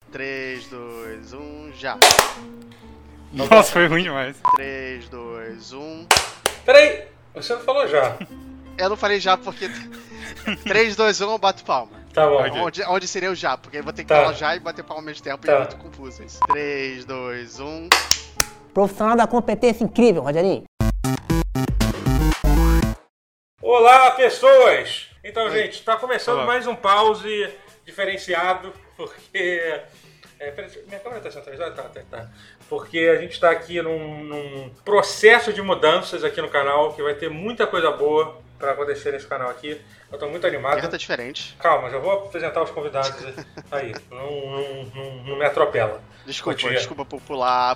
3, 2, 1, já. Nossa, foi ruim demais. 3, 2, 1. Peraí, você não falou já. Eu não falei já porque 3, 2, 1 eu bato palma. Tá bom. Onde seria o já? Porque eu vou ter que Tá. falar já e bater palma ao mesmo tempo e é muito confuso isso. 3, 2, 1. Profissional da competência incrível, Rogerinho. Olá, pessoas! Então, Oi. gente, tá começando Olá. mais um pause diferenciado, porque... minha câmera tá centralizada? Tá. Porque a gente tá aqui num processo de mudanças aqui no canal, que vai ter muita coisa boa pra acontecer nesse canal aqui. Eu tô muito animado. Guerra tá diferente. Calma, já vou apresentar os convidados aí. Não me atropela. Desculpa por pular.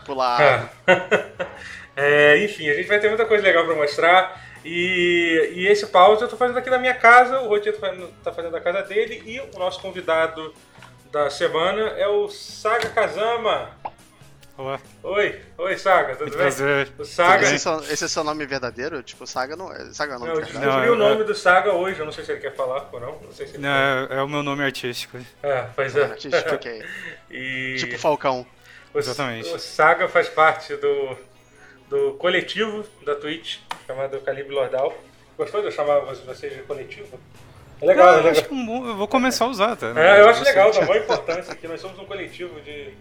Enfim, a gente vai ter muita coisa legal pra mostrar. E esse pause eu tô fazendo aqui na minha casa, o Rotier tá fazendo da casa dele, e o nosso convidado da semana é o Saga Kazama. Olá. Oi, Saga, tudo Muito bem? prazer. O Saga. Esse é seu nome verdadeiro? Tipo, Saga não é. Saga não, Não, eu tá ligado? descobri Não, o nome do Saga hoje, eu não sei se ele quer falar ou não sei se ele É o meu nome artístico. pois é. Artístico, ok. E Tipo Falcão. Exatamente. O Saga faz parte do coletivo da Twitch, chamado Calibre Lordal. Gostou de eu chamar vocês de coletivo? É legal, Eu é legal. acho que eu vou começar a usar, tá? Eu acho legal, dá uma importância aqui. Nós somos um coletivo de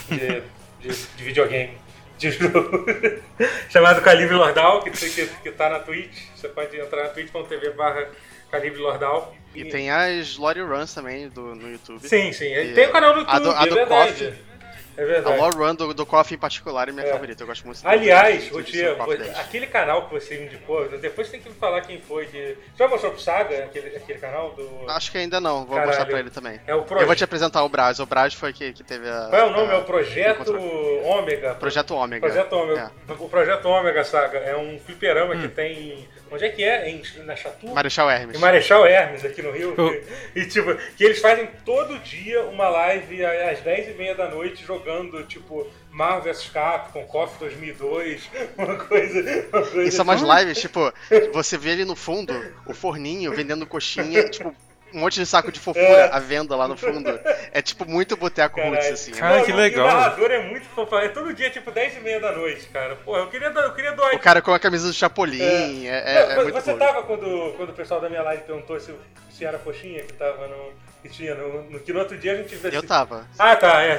videogame, de jogo, chamado Calibre Lordal, que tá na Twitch. Você pode entrar na twitch.tv/Calibre Lordal. E tem as Lore Runs também no YouTube. Sim. Ele tem o canal no YouTube, a é do verdade. Coffee. É A verdade. Lore Run do Coffee em particular é minha favorita. Eu gosto muito Aliás, do Rotier, Coffee deles. aquele canal que você me indicou, depois tem que me falar quem foi. Você já mostrou pro Saga aquele canal do... Acho que ainda não, vou Caralho. mostrar pra ele também. É o Eu vou te apresentar o Braz. O Braz foi que teve a... Qual é o nome? É o Projeto encontrou. Ômega. Projeto Ômega. Projeto Ômega. É. O Projeto Ômega, Saga, é um fliperama que tem... Onde é que é? Na Chatu? Marechal Hermes. Em Marechal Hermes, aqui no Rio. Oh. E tipo, que eles fazem todo dia uma live às 10h30 da noite jogando, tipo, Marvel vs Capcom, KOF 2002, uma coisa E são umas assim. lives, tipo, você vê ali no fundo o forninho vendendo coxinha, tipo, um monte de saco de fofura à venda lá no fundo. É tipo muito boteco Caralho. roots, assim. Cara, que legal. E o narrador é muito fofo. É todo dia, tipo, 10h30 da noite, cara. Porra, eu queria doar. O cara com a camisa do Chapolin, é muito Você cool. tava quando o pessoal da minha live perguntou se era coxinha que tava que tinha que no outro dia a gente... Eu tava. Ah, tá, a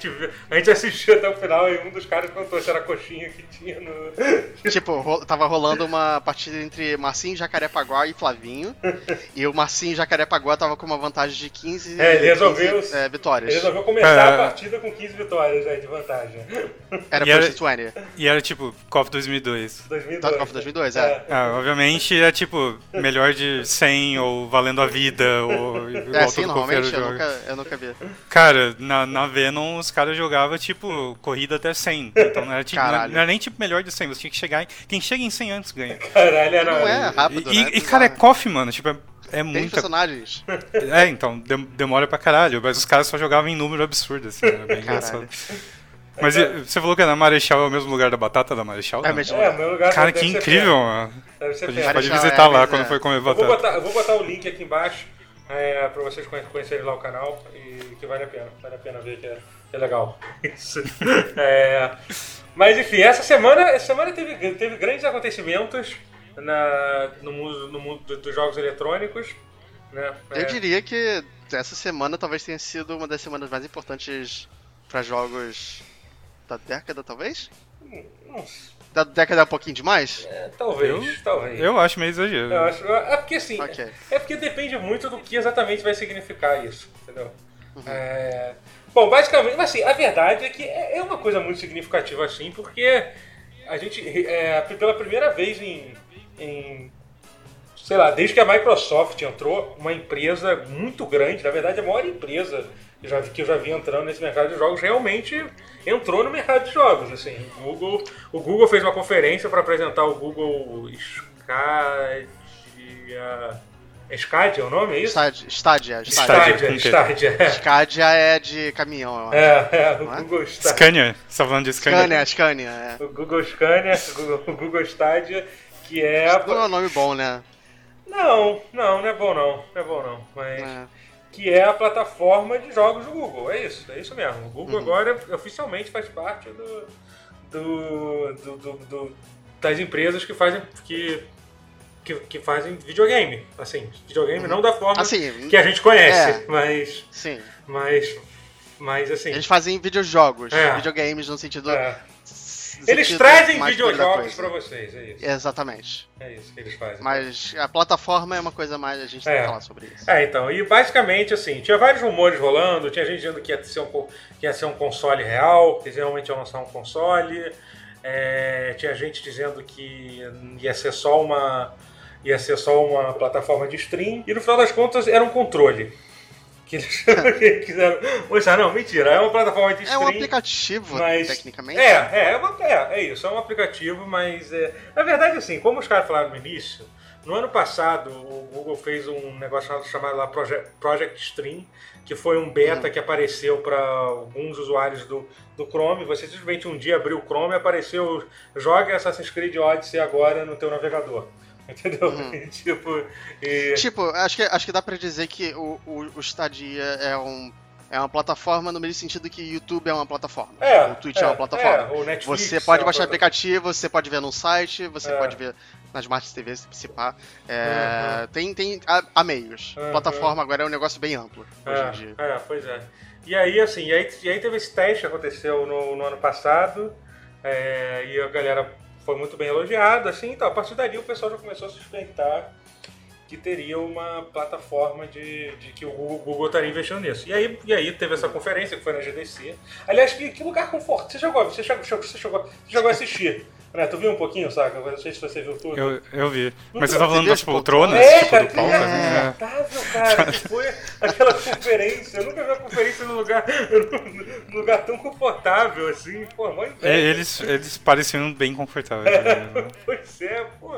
gente assistiu até o final e um dos caras perguntou se era coxinha que tinha no... Tipo, tava rolando uma partida entre Marcinho, Jacarepaguá e Flavinho. E o Marcinho Jacarepaguá tava com uma vantagem de 15, ele resolveu, 15 vitórias. Ele resolveu começar a partida com 15 vitórias aí de vantagem. Era E era- First 20. E era tipo KOF 2002. 2002. KOF 2002, é. Obviamente é tipo melhor de 100 ou valendo a vida ou igual Sim, todo cofeiro normalmente joga. eu nunca vi. Cara, na Venom os caras jogavam tipo corrida até 100. Então não era, tipo, Caralho. não era nem tipo melhor de 100, você tinha que chegar quem chega em 100 antes ganha. Caralho, era... Não é rápido, né? E cara, é KOF, mano, tipo, é Tem muita... personagens. Então, demora pra caralho, mas os caras só jogavam em número absurdo, assim, era bem engraçado. Mas você falou que na Marechal é o mesmo lugar da batata da Marechal? É não? mesmo. É, meu lugar Cara, deve que ser incrível, perto. mano. Deve ser A gente perto. pode Marechal visitar lá Hermes, quando é. for comer Eu vou batata. botar o link aqui embaixo pra vocês conhecerem lá o canal e que vale a pena ver que é legal. Isso. Mas enfim, essa semana teve grandes acontecimentos no mundo dos jogos eletrônicos, né? Eu diria que essa semana talvez tenha sido uma das semanas mais importantes pra jogos da década, talvez? Nossa, Da década é um pouquinho demais? talvez. Eu acho meio exagero. Eu acho, é porque assim, Ok. é porque depende muito do que exatamente vai significar isso, entendeu? Bom, basicamente, mas assim, a verdade é que é uma coisa muito significativa assim, porque a gente, pela primeira vez sei lá, desde que a Microsoft entrou, uma empresa muito grande, na verdade a maior empresa que eu já vi entrando nesse mercado de jogos, realmente entrou no mercado de jogos, assim. O Google fez uma conferência para apresentar o Google Stadia é o nome, é isso? Stadia. Stadia é de caminhão, eu acho. O Não é? Google Stadia. Scania, você tá falando de Scania? Scania, é. O Google Scania, o Google Stadia, que é... Não é um nome bom, né? Não é bom não. Mas... que é a plataforma de jogos do Google. É isso mesmo. O Google agora oficialmente faz parte das empresas que fazem videogame. Assim, videogame não da forma que a gente conhece, mas... Sim. Mas assim... Eles fazem videojogos, videogames no sentido... Eles trazem videojogos pra vocês, é isso. Exatamente. É isso que eles fazem. Mas a plataforma é uma coisa mais, a gente tem que falar sobre isso. Então, e basicamente assim, tinha vários rumores rolando, tinha gente dizendo que ia ser um console real, que realmente iam lançar um console, tinha gente dizendo que ia ser só uma plataforma de stream, e no final das contas era um controle. Que eles quiseram mostrar. Não, mentira, é uma plataforma de stream. É um aplicativo, mas, tecnicamente. É isso, é um aplicativo, mas na verdade, assim, como os caras falaram no início, no ano passado o Google fez um negócio chamado lá Project Stream, que foi um beta que apareceu para alguns usuários do Chrome. Você simplesmente um dia abriu o Chrome e apareceu, joga Assassin's Creed Odyssey agora no teu navegador. Entendeu? Tipo, acho que dá pra dizer que o Stadia é uma plataforma no mesmo sentido que o YouTube é uma plataforma. O Twitch é uma plataforma. O Netflix você pode baixar aplicativo, você pode ver num site, você pode ver nas Smart TVs, se pá. Tem meios. Plataforma agora é um negócio bem amplo hoje em dia. Pois é. E aí, assim, e aí teve esse teste que aconteceu no ano passado, e a galera foi muito bem elogiado, assim, então a partir dali o pessoal já começou a suspeitar que teria uma plataforma de que o Google estaria investindo nisso. E aí teve essa conferência que foi na GDC. Aliás, que lugar confortável. Você chegou a assistir? Né? Tu viu um pouquinho, saca? Eu não sei se você viu tudo. Eu vi. Não, mas você tá falando das poltronas? Cara, do palco? Cara, que foi aquela conferência. Eu nunca vi uma conferência num lugar tão confortável assim. Pô, mó eles pareciam bem confortáveis. Pois é, pô.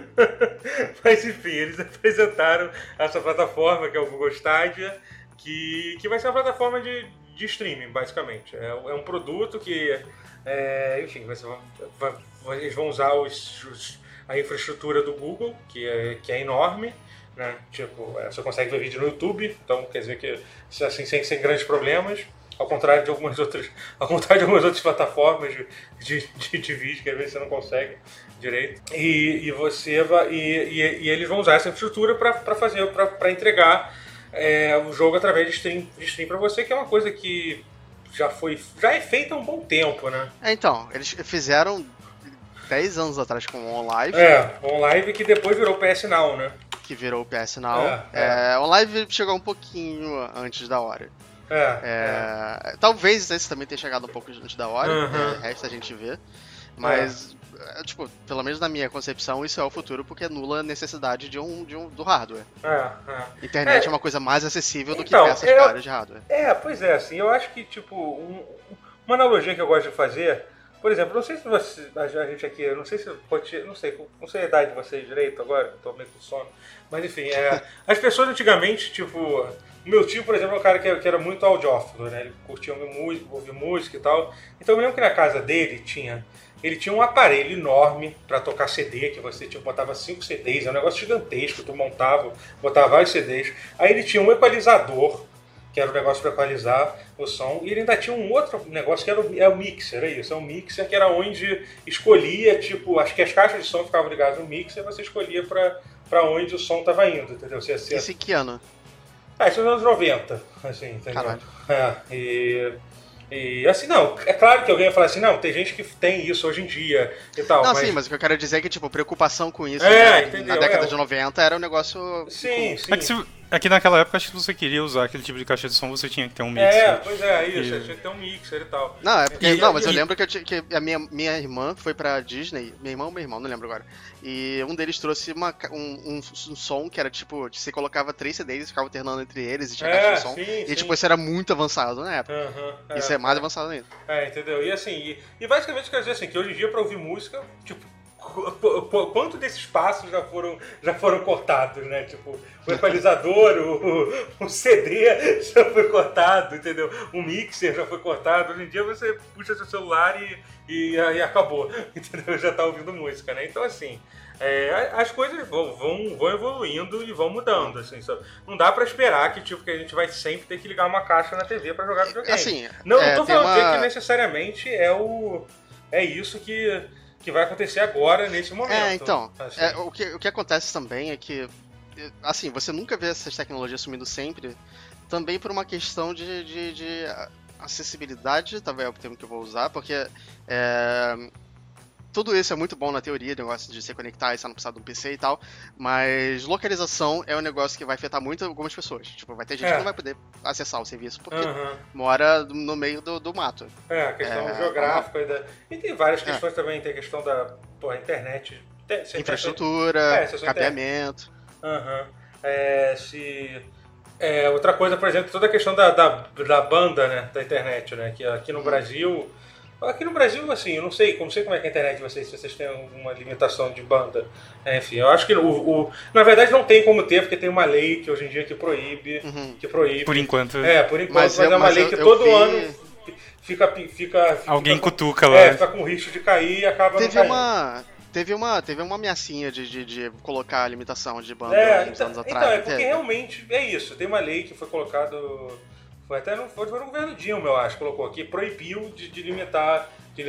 Mas enfim, eles apresentaram essa plataforma que é o Google Stadia, que vai ser uma plataforma de streaming, basicamente. É um produto que, enfim, eles vão usar a infraestrutura do Google, que é enorme, né? Tipo, você consegue ver vídeo no YouTube, então quer dizer que assim, sem grandes problemas, ao contrário de algumas outras plataformas de vídeo que às vezes você não consegue direito. E eles vão usar essa infraestrutura para entregar o jogo através de stream para você, que é uma coisa que já é feita há um bom tempo, né? Então, eles fizeram 10 anos atrás com o OnLive. OnLive que depois virou o PS Now, né? Que virou o PS Now. OnLive chegou um pouquinho antes da hora. Talvez esse também tenha chegado um pouco antes da hora, resta a gente ver. Mas, tipo, pelo menos na minha concepção, isso é o futuro porque anula a necessidade do hardware. Internet é uma coisa mais acessível do que peças caras de hardware. Pois é, assim, eu acho que, tipo, uma analogia que eu gosto de fazer, por exemplo, não sei se a gente aqui, não sei a idade de vocês direito agora, tô meio com sono, mas enfim, as pessoas antigamente, tipo, o meu tio, por exemplo, é um cara que era muito audiófilo, né, ele curtia ouvir música e tal, então eu me lembro que na casa dele ele tinha um aparelho enorme para tocar CD, que você tipo, botava 5 CDs, é um negócio gigantesco, tu botava vários CDs. Aí ele tinha um equalizador, que era um negócio para equalizar o som, e ele ainda tinha um outro negócio que era o mixer, é um mixer que era onde escolhia, tipo, acho que as caixas de som ficavam ligadas no mixer, e você escolhia para onde o som estava indo, entendeu? Esse que ano? Isso é nos anos 90, assim, entendeu? Caralho. E assim, não, é claro que alguém vai falar assim, não, tem gente que tem isso hoje em dia e tal. Não, sim, mas o que eu quero dizer é que, tipo, preocupação com isso na década de 90 era um negócio... Sim. Aqui naquela época, acho que se você queria usar aquele tipo de caixa de som, você tinha que ter um mixer. Pois é, isso, você tinha que ter um mixer e tal. Não, mas eu lembro que a minha irmã foi pra Disney, minha irmã ou meu irmão, não lembro agora, e um deles trouxe um som que era tipo, você colocava 3 CDs e ficava alternando entre eles e tinha caixa de som, e tipo, isso era muito avançado na época. Isso é mais avançado ainda. Entendeu? E assim, e basicamente quer dizer assim, que hoje em dia pra ouvir música, tipo, quanto desses passos já foram cortados, né? Tipo, o equalizador, o CD já foi cortado, entendeu? O mixer já foi cortado. Hoje em dia você puxa seu celular e acabou, entendeu? Já tá ouvindo música, né? Então, assim, as coisas vão evoluindo e vão mudando, assim. Não dá pra esperar que a gente vai sempre ter que ligar uma caixa na TV pra jogar videogame. Assim, não tô falando que necessariamente é isso que vai acontecer agora, nesse momento. Então, assim. o que acontece também é que, assim, você nunca vê essas tecnologias sumindo sempre, também por uma questão de acessibilidade, talvez é o termo que eu vou usar, porque tudo isso é muito bom na teoria, negócio de se conectar e você não precisar de um PC e tal, mas localização é um negócio que vai afetar muito algumas pessoas. Tipo, vai ter gente que não vai poder acessar o serviço porque mora no meio do mato. A questão geográfica. E tem várias questões também, tem a questão da internet. Infraestrutura, cabeamento. Outra coisa, por exemplo, toda a questão da banda, né, da internet, né, que aqui no Brasil... Aqui no Brasil, assim, eu não sei como é que é a internet de vocês, se vocês têm alguma limitação de banda. Enfim, eu acho que na verdade não tem como ter, porque tem uma lei que hoje em dia que proíbe. Por enquanto. Por enquanto, mas é uma lei que todo ano fica alguém cutuca lá. Fica com risco de cair e acaba não caindo. Teve uma ameaçinha de colocar a limitação de banda uns anos atrás. Então, porque realmente é isso. Tem uma lei que foi colocada... Foi no governo Dilma, eu acho, colocou aqui, proibiu de limitar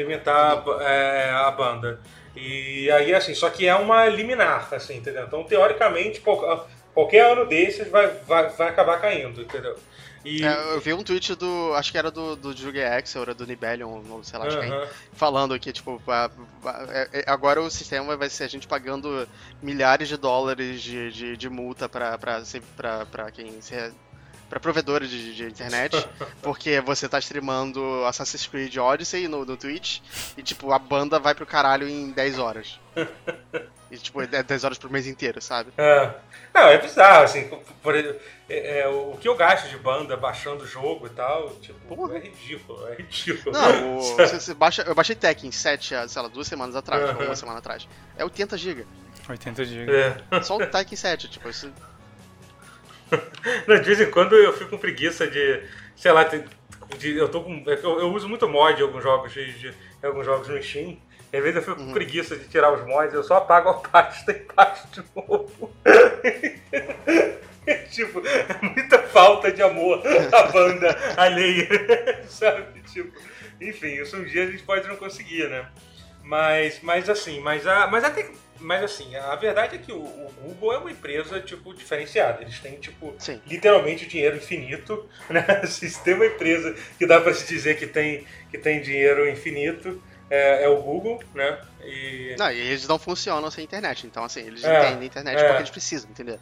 a banda. E aí, assim, só que é uma liminar, assim, entendeu? Então, teoricamente, qualquer ano desses vai acabar caindo, entendeu? Eu vi um tweet acho que era do Jugex, ou era do Nibelion, não sei lá de quem, falando que, tipo, agora o sistema vai ser a gente pagando milhares de dólares de multa pra quem para provedores de internet, porque você tá streamando Assassin's Creed Odyssey no Twitch e, tipo, a banda vai pro caralho em 10 horas. E, tipo, 10 horas por mês inteiro, sabe? Não, é bizarro, assim, o que eu gasto de banda baixando o jogo e tal, tipo, é ridículo. Não, eu baixei Tekken 7, sei lá, 2 semanas atrás, ou uma semana atrás. É 80 GB. 80 GB. Só o Tekken 7, tipo, isso... De vez em quando eu fico com preguiça de, sei lá, eu uso muito mod em alguns jogos no Steam. E às vezes eu fico com preguiça de tirar os mods, eu só apago a pasta e baixo de novo. Tipo, é muita falta de amor à banda alheia, sabe? Tipo, enfim, isso um dia a gente pode não conseguir, né? Mas assim, a verdade é que o Google é uma empresa, tipo, diferenciada. Eles têm, tipo, literalmente dinheiro infinito, né? Se tem uma empresa que dá pra se dizer que tem dinheiro infinito, é o Google, né? E eles não funcionam sem internet. Então, assim, eles entendem a internet porque eles precisam, entendeu?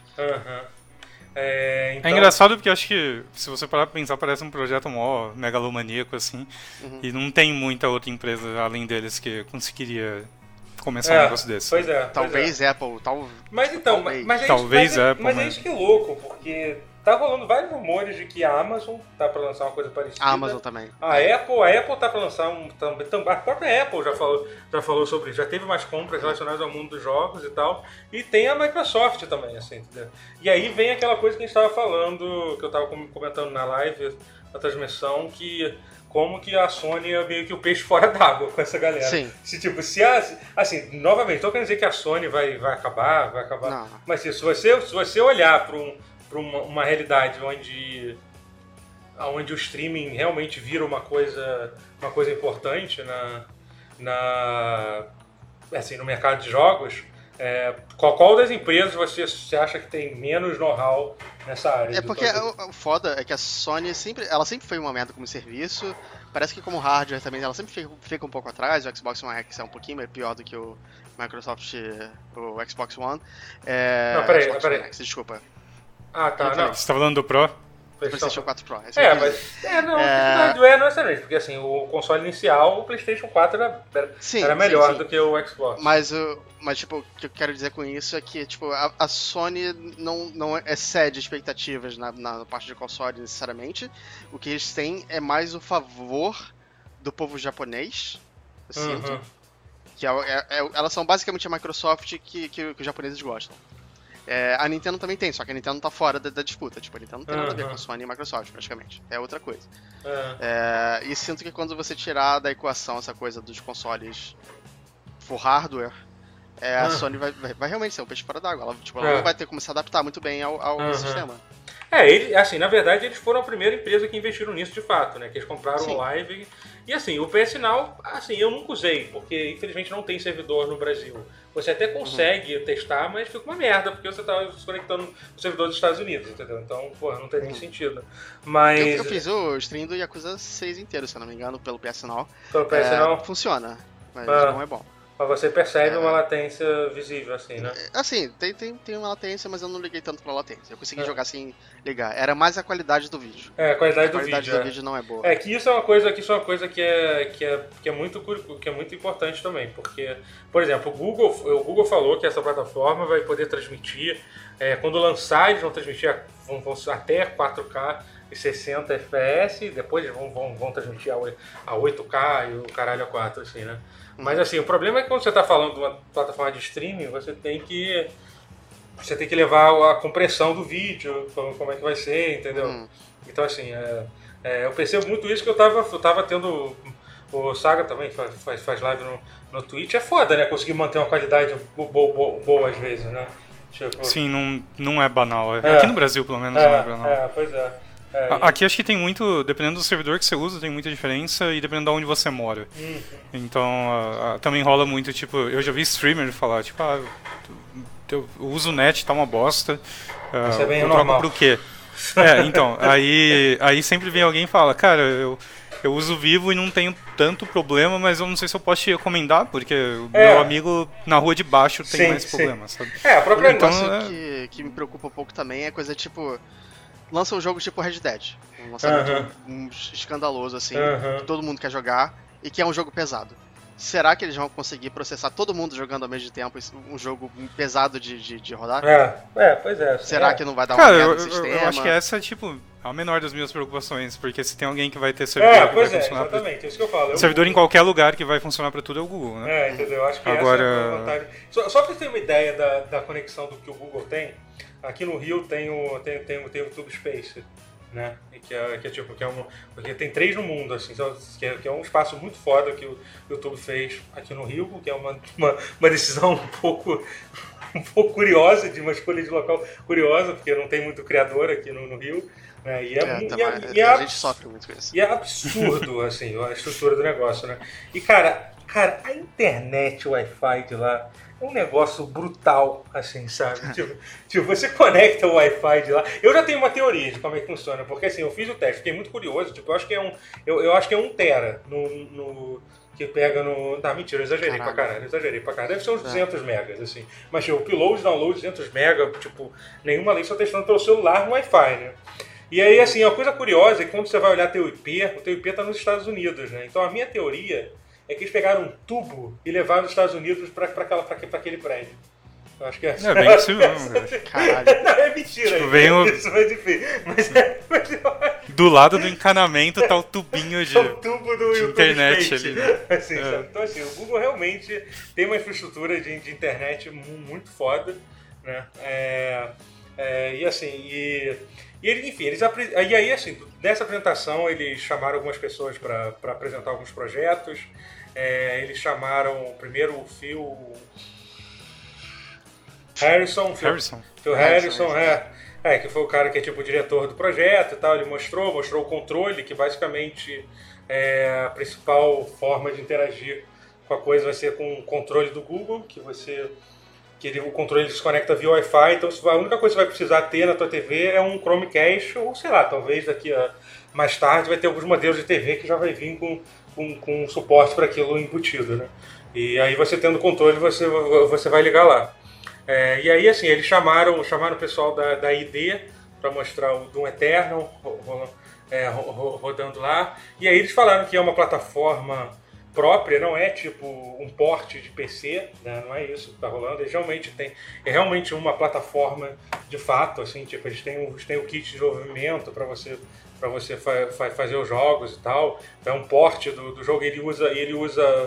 É engraçado porque eu acho que, se você parar pra pensar, parece um projeto mó megalomaníaco, assim. E não tem muita outra empresa além deles que conseguiria começar um negócio desse. Pois é. Talvez Apple, Mas então, talvez Apple, mas é isso que é louco, porque tá rolando vários rumores de que a Amazon tá pra lançar uma coisa parecida. A Amazon também. A Apple tá pra lançar a própria Apple já falou sobre isso, já teve mais compras relacionadas ao mundo dos jogos e tal. E tem a Microsoft também, assim, entendeu? E aí vem aquela coisa que a gente tava falando, que eu tava comentando na live, na transmissão, que como que a Sony é meio que o peixe fora d'água com essa galera. Sim. Assim, novamente, tô querendo dizer que a Sony vai acabar. Não. Mas se você olhar para uma realidade onde o streaming realmente vira uma coisa importante no mercado de jogos, qual das empresas você acha que tem menos know-how nessa área? É porque o foda é que a Sony sempre foi uma merda como serviço. Parece que como hardware também ela sempre fica um pouco atrás. O Xbox One X é um pouquinho pior do que o Microsoft, o Xbox One. Não, peraí. One X, desculpa. Ah, tá. Não. Você tá falando do Pro? PlayStation 4 Pro. Não é necessariamente, porque assim, o console inicial, o PlayStation 4 era melhor do que o Xbox. Mas tipo, o que eu quero dizer com isso é que, tipo, a Sony não excede expectativas na parte de console necessariamente. O que eles têm é mais o favor do povo japonês, eu sinto. elas são basicamente a Microsoft que os japoneses gostam. A Nintendo também tem, só que a Nintendo tá fora da disputa. Tipo, a Nintendo não tem nada a ver com a Sony e a Microsoft, praticamente. É outra coisa. E sinto que quando você tirar da equação essa coisa dos consoles for hardware, a Sony vai realmente ser um peixe fora d'água. Ela não vai ter como se adaptar muito bem ao sistema. Na verdade, eles foram a primeira empresa que investiram nisso de fato, né? Que eles compraram o Live. E assim, o PS Now, eu nunca usei, porque infelizmente não tem servidor no Brasil. Você até consegue testar, mas fica uma merda, porque você tá se conectando no servidor dos Estados Unidos, entendeu? Então, não tem nem sentido. Mas... Eu fiz o stream do Yakuza 6 inteiro, se eu não me engano, pelo PS Now. Pelo PS Now? Funciona, mas não é bom. Mas você percebe uma latência visível, assim, né? Assim, tem uma latência, mas eu não liguei tanto pra latência. Eu consegui jogar sem ligar. Era mais a qualidade do vídeo. A qualidade do vídeo não é boa. Que isso é uma coisa que é muito importante também. Porque, por exemplo, o Google falou que essa plataforma vai poder transmitir. Quando lançar, eles vão transmitir vão até 4K e 60 FPS. Depois eles vão transmitir a 8K e o caralho a 4, assim, né? Mas assim, o problema é que quando você está falando de uma plataforma de streaming, você tem que levar a compressão do vídeo, como é que vai ser, entendeu? Então assim, eu percebo muito isso que eu tava tendo. O Saga também faz live no Twitch. É foda, né? Conseguir manter uma qualidade boa às vezes, né? Tipo... Sim, não é banal. Aqui no Brasil, pelo menos, não é banal. Pois é. Aqui acho que tem muito, dependendo do servidor que você usa, tem muita diferença e dependendo de onde você mora. Então, também rola muito, tipo, eu já vi streamer falar, tipo, eu uso o net, tá uma bosta. Isso é bem eu normal. troco pro quê? Então, aí sempre vem alguém e fala, cara, eu uso Vivo e não tenho tanto problema, mas eu não sei se eu posso te recomendar, porque o meu amigo na rua de baixo tem mais problema, sabe? A própria negócio que me preocupa um pouco também é coisa tipo... Lança um jogo tipo Red Dead, um lançamento escandaloso, assim, que todo mundo quer jogar, e que é um jogo pesado. Será que eles vão conseguir processar todo mundo jogando ao mesmo tempo um jogo pesado de rodar? Pois é. Será que não vai dar uma merda no sistema? Eu acho que essa é, tipo, a menor das minhas preocupações, porque se tem alguém que vai ter servidor que vai funcionar exatamente, isso que eu falo. Servidor em qualquer lugar que vai funcionar pra tudo é o Google, né? Entendeu? Acho que essa é a vantagem. Só pra você ter uma ideia da conexão do que o Google tem, aqui no Rio tem o Tube Space, né? Porque tem 3 no mundo, assim, que é um espaço muito foda que o YouTube fez aqui no Rio, que é uma decisão um pouco curiosa, de uma escolha de local curiosa, porque não tem muito criador aqui no Rio. Né? A gente sofre muito com isso. E é absurdo, assim, a estrutura do negócio, né? E, cara, a internet, o Wi-Fi de lá é um negócio brutal, assim, sabe? tipo, você conecta o Wi-Fi de lá. Eu já tenho uma teoria de como é que funciona, porque assim, eu fiz o teste, fiquei muito curioso, tipo, eu acho que é 1 tera que pega no... Tá, mentira, eu exagerei pra caralho. Deve ser uns 200 megas, assim. Mas, tipo, upload, download, 200 megas, tipo, nenhuma lei, só testando pelo celular no Wi-Fi, né? E aí, assim, a coisa curiosa é que quando você vai olhar o teu IP tá nos Estados Unidos, né? Então a minha teoria é que eles pegaram um tubo e levaram nos Estados Unidos pra aquele prédio. Eu acho que é bem possível mesmo, cara. Caralho. Não, é mentira. Tipo, vem isso, mas enfim. Do lado do encanamento tá o tubinho de tubo do internet Space. ali. Né? Assim, então, assim, o Google realmente tem uma infraestrutura de internet muito foda, né? E assim, enfim, e aí, assim, nessa apresentação eles chamaram algumas pessoas para apresentar alguns projetos. Eles chamaram primeiro o Phil Harrison, que foi o cara que é tipo o diretor do projeto e tal. Ele mostrou o controle, que basicamente a principal forma de interagir com a coisa vai ser com o controle do Google, o controle se conecta via Wi-Fi, então a única coisa que você vai precisar ter na tua TV é um Chromecast, ou sei lá, talvez daqui a mais tarde vai ter alguns modelos de TV que já vai vir com suporte para aquilo embutido, né? E aí você tendo controle, você vai ligar lá. E aí, assim, eles chamaram o pessoal da ID para mostrar o Doom Eternal rodando lá, e aí eles falaram que é uma plataforma própria, não é tipo um port de PC, né? Não é isso que está rolando. Eles realmente é realmente uma plataforma de fato, assim, tipo, eles têm o kit de desenvolvimento para você fazer os jogos e tal. É um port do jogo, ele usa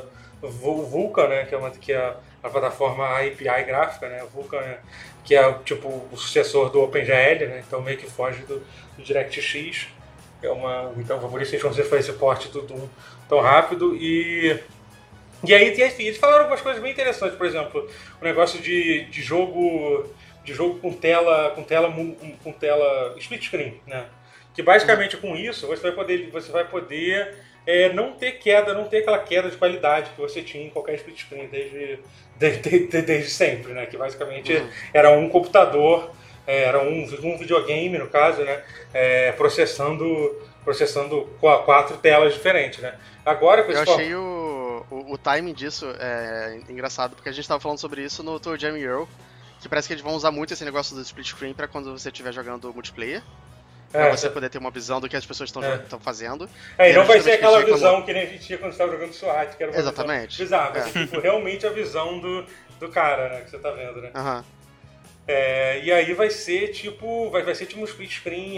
Vulkan, né, que é a plataforma API gráfica, né, Vulkan, que é tipo o sucessor do OpenGL, né, então meio que foge do DirectX. Então por isso eles conseguiram fazer esse porte tudo tão rápido e aí eles falaram algumas coisas bem interessantes, por exemplo, o negócio de jogo com tela split screen, né? Que basicamente com isso você vai poder não ter aquela queda de qualidade que você tinha em qualquer split screen desde sempre, né? Que basicamente era um computador, era um videogame no caso, né? Processando 4 telas diferentes, né? Agora com esse achei o timing disso engraçado, porque a gente tava falando sobre isso no Toe Jam Euro, que parece que eles vão usar muito esse negócio do split screen pra quando você estiver jogando multiplayer. Pra você poder ter uma visão do que as pessoas estão fazendo. E não vai ser aquela visão que nem a gente tinha quando você estava jogando SWAT, que era uma Exatamente. visão bizarra. Vai ser tipo, realmente a visão do cara, né, que você tá vendo, né? E aí vai ser tipo um split screen,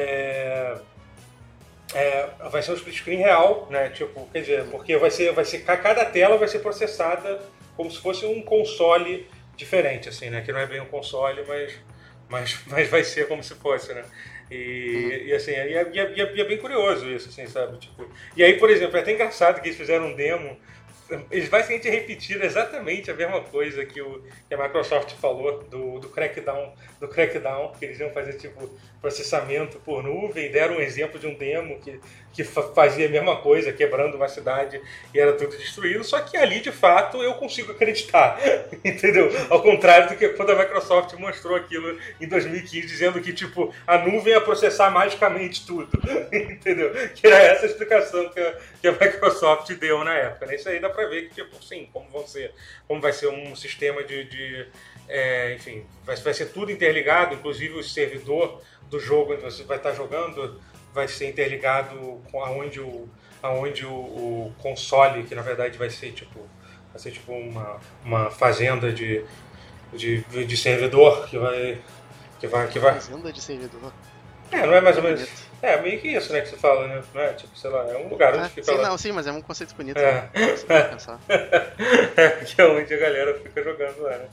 vai ser um split screen real, né? Tipo, quer dizer, porque cada tela vai ser processada como se fosse um console diferente, assim, né? Que não é bem um console, mas vai ser como se fosse, né? E assim, é bem curioso isso, assim, sabe? Tipo, e aí, por exemplo, é até engraçado que eles fizeram um demo. Eles basicamente repetiram exatamente a mesma coisa que a Microsoft falou do Crackdown, que eles iam fazer tipo processamento por nuvem, e deram um exemplo de um demo que fazia a mesma coisa, quebrando uma cidade e era tudo destruído, só que ali de fato eu consigo acreditar, entendeu? Ao contrário do que quando a Microsoft mostrou aquilo em 2015, dizendo que tipo a nuvem ia processar magicamente tudo, entendeu? Que era essa a explicação que a Microsoft deu na época, né? Isso aí dá pra ver que, tipo, sim, como vai ser um sistema enfim, vai ser tudo interligado, inclusive o servidor do jogo onde você vai estar jogando vai ser interligado com aonde o console, que na verdade vai ser tipo uma fazenda de servidor que vai... Fazenda de servidor. Não é mais ou menos... meio que isso, né, que você fala, né? Não é, tipo, sei lá, é um lugar onde fica sim, lá. Não, sim, mas é um conceito bonito, né? Você pode pensar. Que é onde a galera fica jogando lá, né?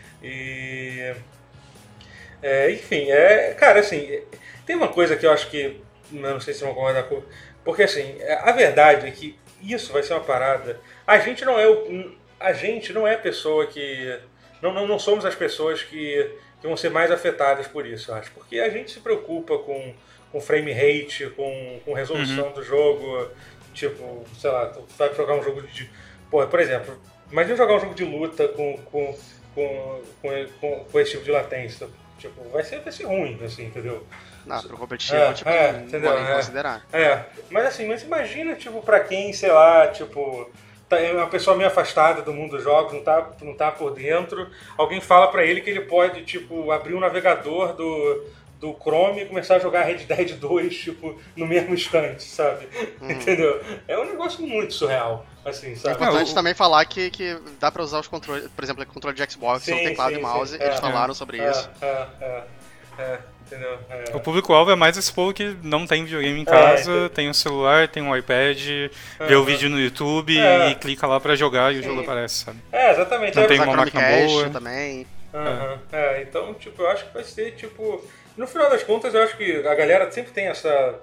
Enfim, cara, assim, tem uma coisa que eu acho que, não sei se vão concordar com... Porque, assim, a verdade é que isso vai ser uma parada... A gente não é pessoa que... Não somos as pessoas que vão ser mais afetadas por isso, eu acho. Porque a gente se preocupa com frame rate, com resolução do jogo. Tipo, sei lá, tu vai jogar um jogo de... Pô, por exemplo, imagina jogar um jogo de luta com esse tipo de latência. Tipo, vai ser ruim, assim, entendeu? Não, pro competitivo, entendeu? Podem considerar. Mas imagina, tipo, pra quem, sei lá, tipo... É uma pessoa meio afastada do mundo dos jogos, não tá por dentro. Alguém fala pra ele que ele pode, tipo, abrir um navegador do Chrome e começar a jogar Red Dead 2, tipo, no mesmo instante, sabe? Entendeu? É um negócio muito surreal, assim, sabe? É importante também falar que dá pra usar os controles, por exemplo, controle de Xbox, o teclado e mouse, eles falaram sobre isso. Entendeu? O público-alvo é mais esse povo que não tem videogame em casa, tem um celular, tem um iPad, vê o vídeo no YouTube e clica lá pra jogar e o jogo aparece, sabe? Exatamente. Não tem uma máquina boa. Também. Então, tipo, eu acho que vai ser, tipo... No final das contas, eu acho que a galera sempre tem essa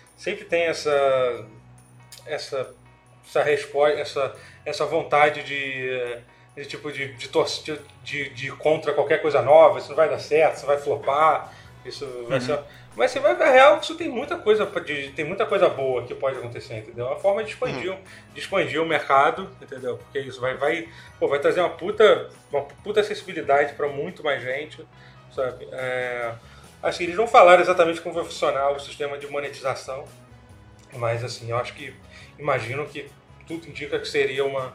resposta, essa vontade de ir contra qualquer coisa nova, isso não vai dar certo, isso vai flopar, isso vai ser... Mas você vai ver a real que isso tem muita coisa boa que pode acontecer, entendeu? É uma forma de expandir o mercado, entendeu? Porque isso vai trazer uma puta acessibilidade para muito mais gente, sabe? Assim, eles não falaram exatamente como vai funcionar o sistema de monetização, mas assim, eu acho que imagino que tudo indica que seria uma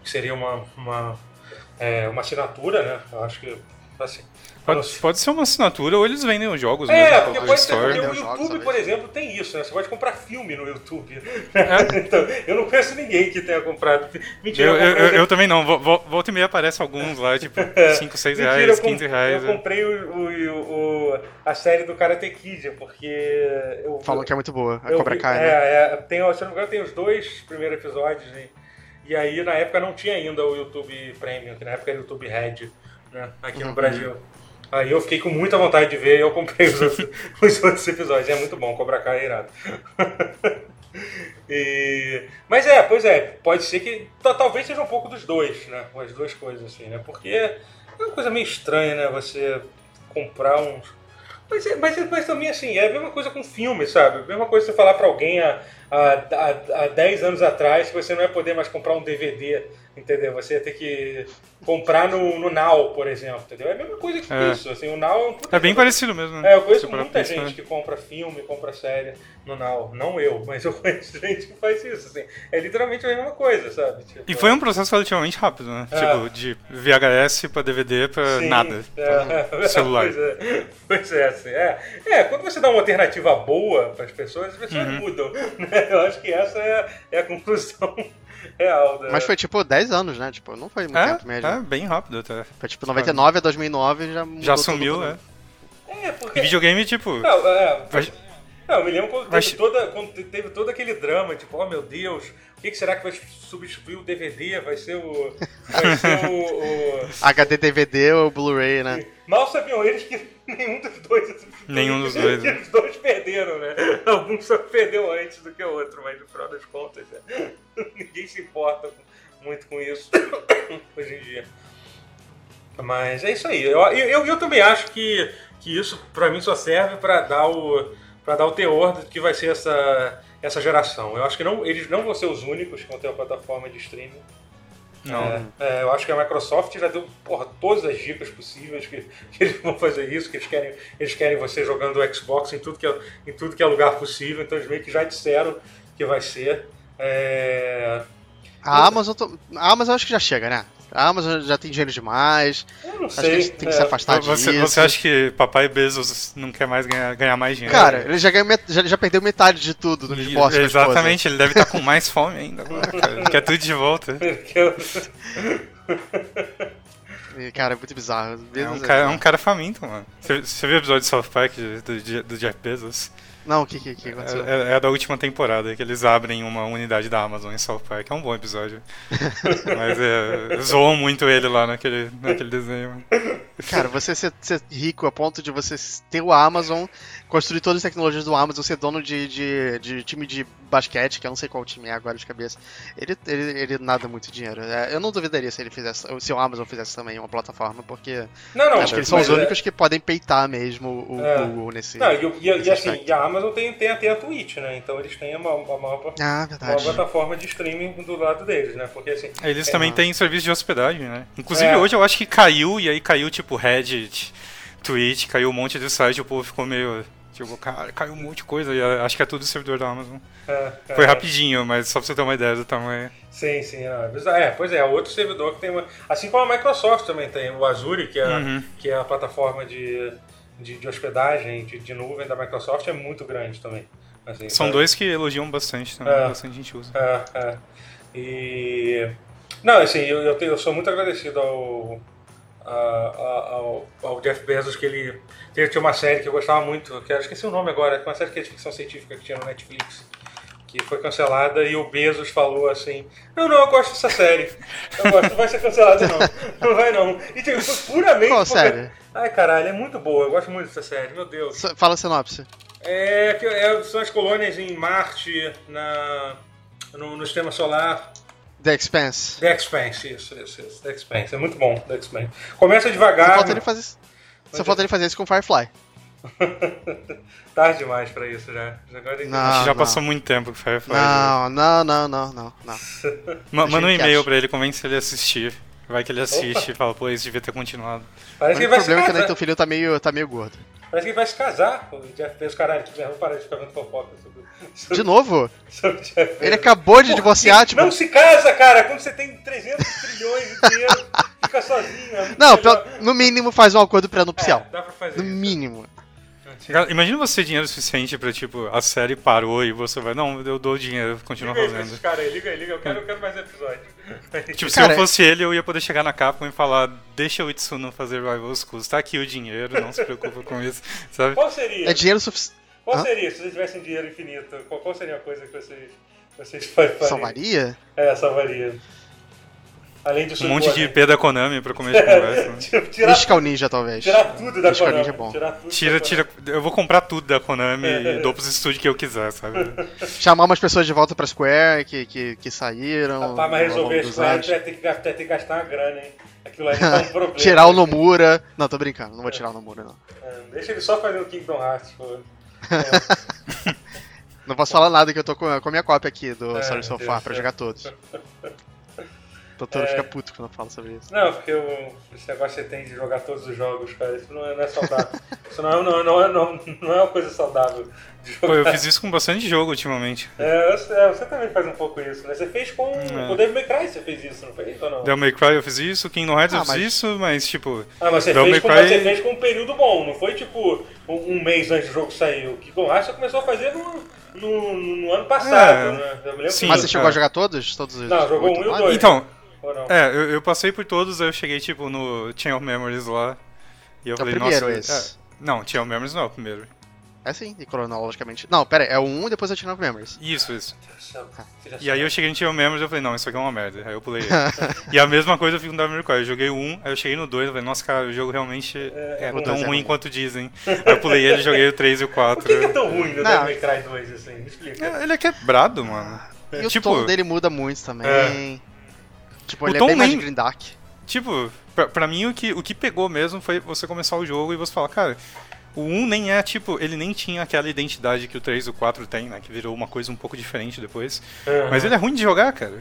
assinatura, né? Eu acho que assim, Pode ser uma assinatura ou eles vendem os jogos porque no pode Store. ser, porque o YouTube, por exemplo, tem isso, né? Você pode comprar filme no YouTube. Então, eu não conheço ninguém que tenha comprado. Mentira, eu também não. Volta e meia aparece alguns lá, tipo, 5, 6 reais, 15 reais. Eu comprei a série do Karate Kid, porque... Falam que é muito boa, a Cobra Kai, né? Se eu não me engano, tem os 2 primeiros episódios, E aí, na época, não tinha ainda o YouTube Premium, que na época era o YouTube Red, né, aqui no Brasil. Aí eu fiquei com muita vontade de ver e eu comprei os outros episódios. É muito bom, Cobra Kai é irado. Mas pois é, pode ser que talvez seja um pouco dos dois, né? As duas coisas, assim, né? Porque é uma coisa meio estranha, né? Você comprar uns... Mas também, assim, é a mesma coisa com filme, sabe? A mesma coisa você falar pra alguém há 10 anos atrás que você não ia poder mais comprar um DVD, entendeu? Você ia ter que comprar no Now, por exemplo, entendeu? É a mesma coisa que isso, assim, o Now... É bem parecido mesmo, né? Eu conheço muita gente que compra filme, compra série no Now. Não eu, mas eu conheço gente que faz isso, assim. É literalmente a mesma coisa, sabe? Tipo, e foi um processo relativamente rápido, né? Tipo, de VHS pra DVD pra nada. Pra celular. Pois é, assim. Quando você dá uma alternativa boa pras pessoas, as pessoas mudam, né? Eu acho que essa é a conclusão real. Mas foi tipo 10 anos, né? Tipo, não foi muito tempo mesmo. É, bem rápido até. Foi tipo 99 a 2009 já mudou. Já sumiu, Porque... E videogame, tipo... eu me lembro quando teve todo aquele drama, tipo, oh meu Deus, o que será que vai substituir o DVD? Vai ser o HD DVD ou Blu-ray, né? Mal sabiam eles que nenhum dos dois. Nenhum dos dois. Que os dois perderam, né? Algum só perdeu antes do que o outro, mas no final das contas, ninguém se importa muito com isso hoje em dia. Mas é isso aí. Eu também acho que isso, pra mim, só serve pra dar o teor do que vai ser essa geração. Eu acho que eles não vão ser os únicos que vão ter uma plataforma de streaming. Não. Eu acho que a Microsoft já deu todas as dicas possíveis que eles vão fazer isso, que eles querem você jogando o Xbox em tudo que é lugar possível, então eles meio que já disseram que vai ser. A Amazon eu acho que já chega, né? A Amazon já tem dinheiro demais. Eu não Acho sei. que a gente tem que se afastar disso. Você acha que papai Bezos não quer mais ganhar mais dinheiro? Cara, ele já perdeu metade de tudo no divórcio. Exatamente, ele deve estar com mais fome ainda agora, cara. Ele quer tudo de volta. Cara, é muito bizarro. É um cara faminto, mano. Você viu o episódio de South Park do Jeff Bezos? Não, o que aconteceu? É da última temporada, que eles abrem uma unidade da Amazon em South Park. É um bom episódio. Mas zoam muito ele lá naquele desenho. Cara, você ser rico a ponto de você ter o Amazon, construir todas as tecnologias do Amazon, ser dono de time de basquete, que eu não sei qual time é agora de cabeça. Ele nada muito dinheiro. Eu não duvidaria se ele fizesse, se o Amazon fizesse também uma plataforma, porque acho que eles são os únicos que podem peitar mesmo o Google nesse. Não, e a Amazon tem até a Twitch, né? Então eles têm uma plataforma de streaming do lado deles, né? Porque assim. Eles também têm serviço de hospedagem, né? Inclusive hoje eu acho que caiu, e aí caiu tipo Reddit, Twitch, caiu um monte de site, o povo ficou meio. Tipo, cara, caiu um monte de coisa, e acho que é tudo servidor da Amazon. Foi rapidinho, mas só pra você ter uma ideia do tamanho. Sim. Pois é, outro servidor que tem uma. Assim como a Microsoft também tem, o Azure, que é a plataforma de hospedagem, de nuvem da Microsoft, é muito grande também. Assim, são dois que elogiam bastante também, bastante gente usa. Não, assim, eu sou muito agradecido ao Jeff Bezos, que ele tinha uma série que eu gostava muito, que eu esqueci o nome agora, uma série de ficção científica que tinha no Netflix, que foi cancelada, e o Bezos falou assim, não, eu gosto dessa série, não vai ser cancelada não vai não. E tipo, foi puramente... Qual série? Ai caralho, é muito boa, eu gosto muito dessa série, meu Deus. Fala a sinopse. São as colônias em Marte, no sistema solar. The Expanse. The Expanse, isso. The Expanse, é muito bom, The Expanse. Começa devagar. Só falta ele fazer isso com Firefly. Tarde demais pra isso já. Já passou muito tempo com Firefly. Não. Manda um e-mail pra ele, convence ele a assistir. Vai que ele assiste e fala, pô, isso devia ter continuado. Parece que o problema é que o teu filho tá meio gordo. Parece que ele vai se casar com o Jeff Bezos. Caralho, vamos parar de ficar vendo fofoca sobre de novo? Sobre Jeff Bezos. Ele acabou de divorciar, tipo... Não se casa, cara! Quando você tem 300 trilhões de dinheiro, fica sozinho. Não, no mínimo faz um acordo pré-nupcial. Dá pra fazer no isso. Mínimo. Imagina você ter dinheiro suficiente pra, tipo, a série parou e você vai, não, eu dou dinheiro, continua fazendo. Cara, liga, eu quero mais episódios. Tipo, se eu fosse ele, eu ia poder chegar na Capcom e falar, deixa o Itsuno fazer Rival Schools, tá aqui o dinheiro, não se preocupa com isso, sabe? Qual seria? É dinheiro suficiente. Qual seria, se vocês tivessem dinheiro infinito, qual seria a coisa que vocês fariam? Salvaria? Salvaria. Além disso, Um monte de IP da Konami pra comer de conversa. Né? Mystical Ninja, talvez. Tirar tudo da Mystical Konami. Ninja é bom. Tira. Eu vou comprar tudo da Konami e dou pros estúdios que eu quiser, sabe? Chamar umas pessoas de volta pra Square que saíram. Rapaz, mas resolver isso vai ter que gastar uma grana, hein? Aquilo aí tá um problema. Tirar o Nomura. Não, tô brincando, não vou tirar o Nomura, não. Deixa ele só fazer o Kingdom Hearts, pô. Não posso falar nada que eu tô com a minha cópia aqui do Story So Far pra jogar todos. O Totoro fica puto quando eu falo sobre isso. Não, porque esse negócio que você tem de jogar todos os jogos, cara, isso não é saudável. Isso não é uma coisa saudável de jogar. Pô, eu fiz isso com bastante jogo ultimamente. Você também faz um pouco isso, né? Você fez com o Devil May Cry, você fez isso, não fez ou não? Devil May Cry eu fiz isso, Kingdom Hearts eu fiz isso, mas tipo... mas você fez com um período bom, não foi tipo um mês antes do jogo sair. O Kingdom Hearts você começou a fazer no ano passado, né? Sim, mas você chegou a jogar todos? Não, jogou 1 e o 2. Então, eu passei por todos, aí eu cheguei tipo no Chain of Memories lá. E eu falei, primeiro nossa. esse. Não, Chain of Memories não é o primeiro. É sim, e cronologicamente. Não, pera aí, é o 1 e depois é Chain of Memories. Isso. E aí eu cheguei no Chain of Memories e eu falei, não, isso aqui é uma merda. Aí eu pulei ele. E a mesma coisa eu fiz com o Devil May Cry. Eu joguei o 1, aí eu cheguei no 2 e falei, nossa, cara, o jogo realmente é tão ruim quanto dizem. Aí eu pulei ele, joguei o 3 e o 4. Por que é tão ruim no Devil May Cry 2, assim? Me explica. Ele é quebrado, mano. E o tom dele muda muito também. Tipo, ele é tom bem mais nem- grindark. Tipo, pra mim o que pegou mesmo foi você começar o jogo e você falar, cara, o 1 nem é, tipo, ele nem tinha aquela identidade que o 3 e o 4 tem, né? Que virou uma coisa um pouco diferente depois. Mas ele é ruim de jogar, cara.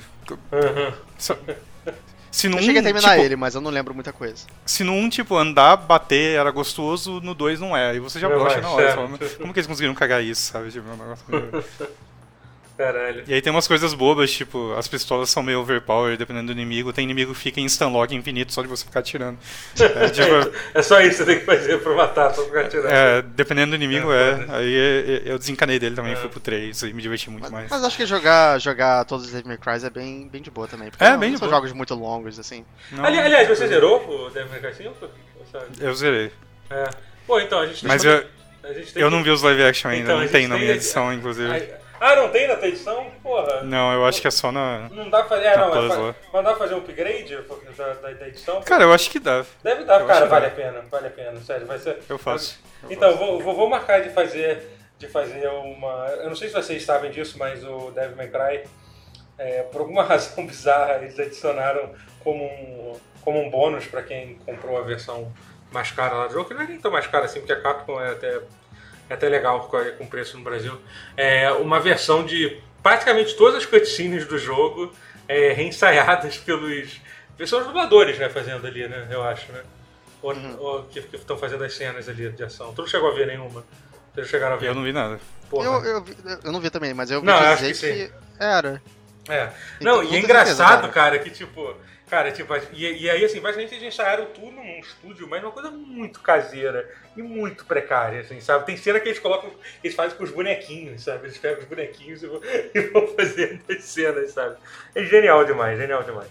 Se no Eu cheguei a 1, terminar tipo, ele, mas eu não lembro muita coisa. se no 1, tipo, andar, bater era gostoso, no 2 não é. E você já gosta na hora. Você fala, como que eles conseguiram cagar isso, sabe? Tipo, um negócio meio... Caralho. E aí tem umas coisas bobas, tipo, as pistolas são meio overpowered, dependendo do inimigo. Tem inimigo que fica em stun lock infinito só de você ficar atirando. É só isso que você tem que fazer pra matar, só ficar atirando. Dependendo do inimigo, Aí eu desencanei dele também, fui pro 3 e me diverti muito mais. Mas acho que jogar todos os Devil May Cry é bem de boa também. Porque Bem de são boa. jogos muito longos, assim. Não, Aliás, você zerou o Devil May Cry 5? eu zerei. Pô, então a gente tem Mas que... eu não vi os live action ainda, Então, a não gente tem na tem- minha edição, inclusive. não tem na tua edição? Porra. Não, eu acho que é só na... Não dá pra fazer. Plus lá. Mas dá pra fazer um upgrade da edição? Cara, eu acho que dá. Deve dar, eu cara, acho que vale dá. a pena, sério, vai ser. Eu faço. Então, vou marcar de fazer uma. Eu não sei se vocês sabem disso, mas o Devil May Cry, por alguma razão bizarra, eles adicionaram como um bônus pra quem comprou a versão mais cara lá do jogo, que não é nem tão mais cara assim, porque a Capcom é até legal com preço no Brasil. Uma versão de praticamente todas as cutscenes do jogo reensaiadas são os dubladores, né, fazendo ali, né, eu acho, né? Ou que estão fazendo as cenas ali de ação. Tu não chegou a ver nenhuma? Vocês chegaram a ver? Eu não vi nada. Porra. Eu não vi também, mas eu vi Não, eu acho dizer que sim. Era. Não, Então, e é muita engraçado, certeza, cara, que tipo... Cara, tipo, e aí assim, basicamente eles ensaiaram tudo num estúdio, mas uma coisa muito caseira e muito precária, assim, sabe? Tem cena que eles fazem com os bonequinhos, sabe? Eles pegam os bonequinhos e vão fazendo as cenas, sabe? É genial demais, genial demais.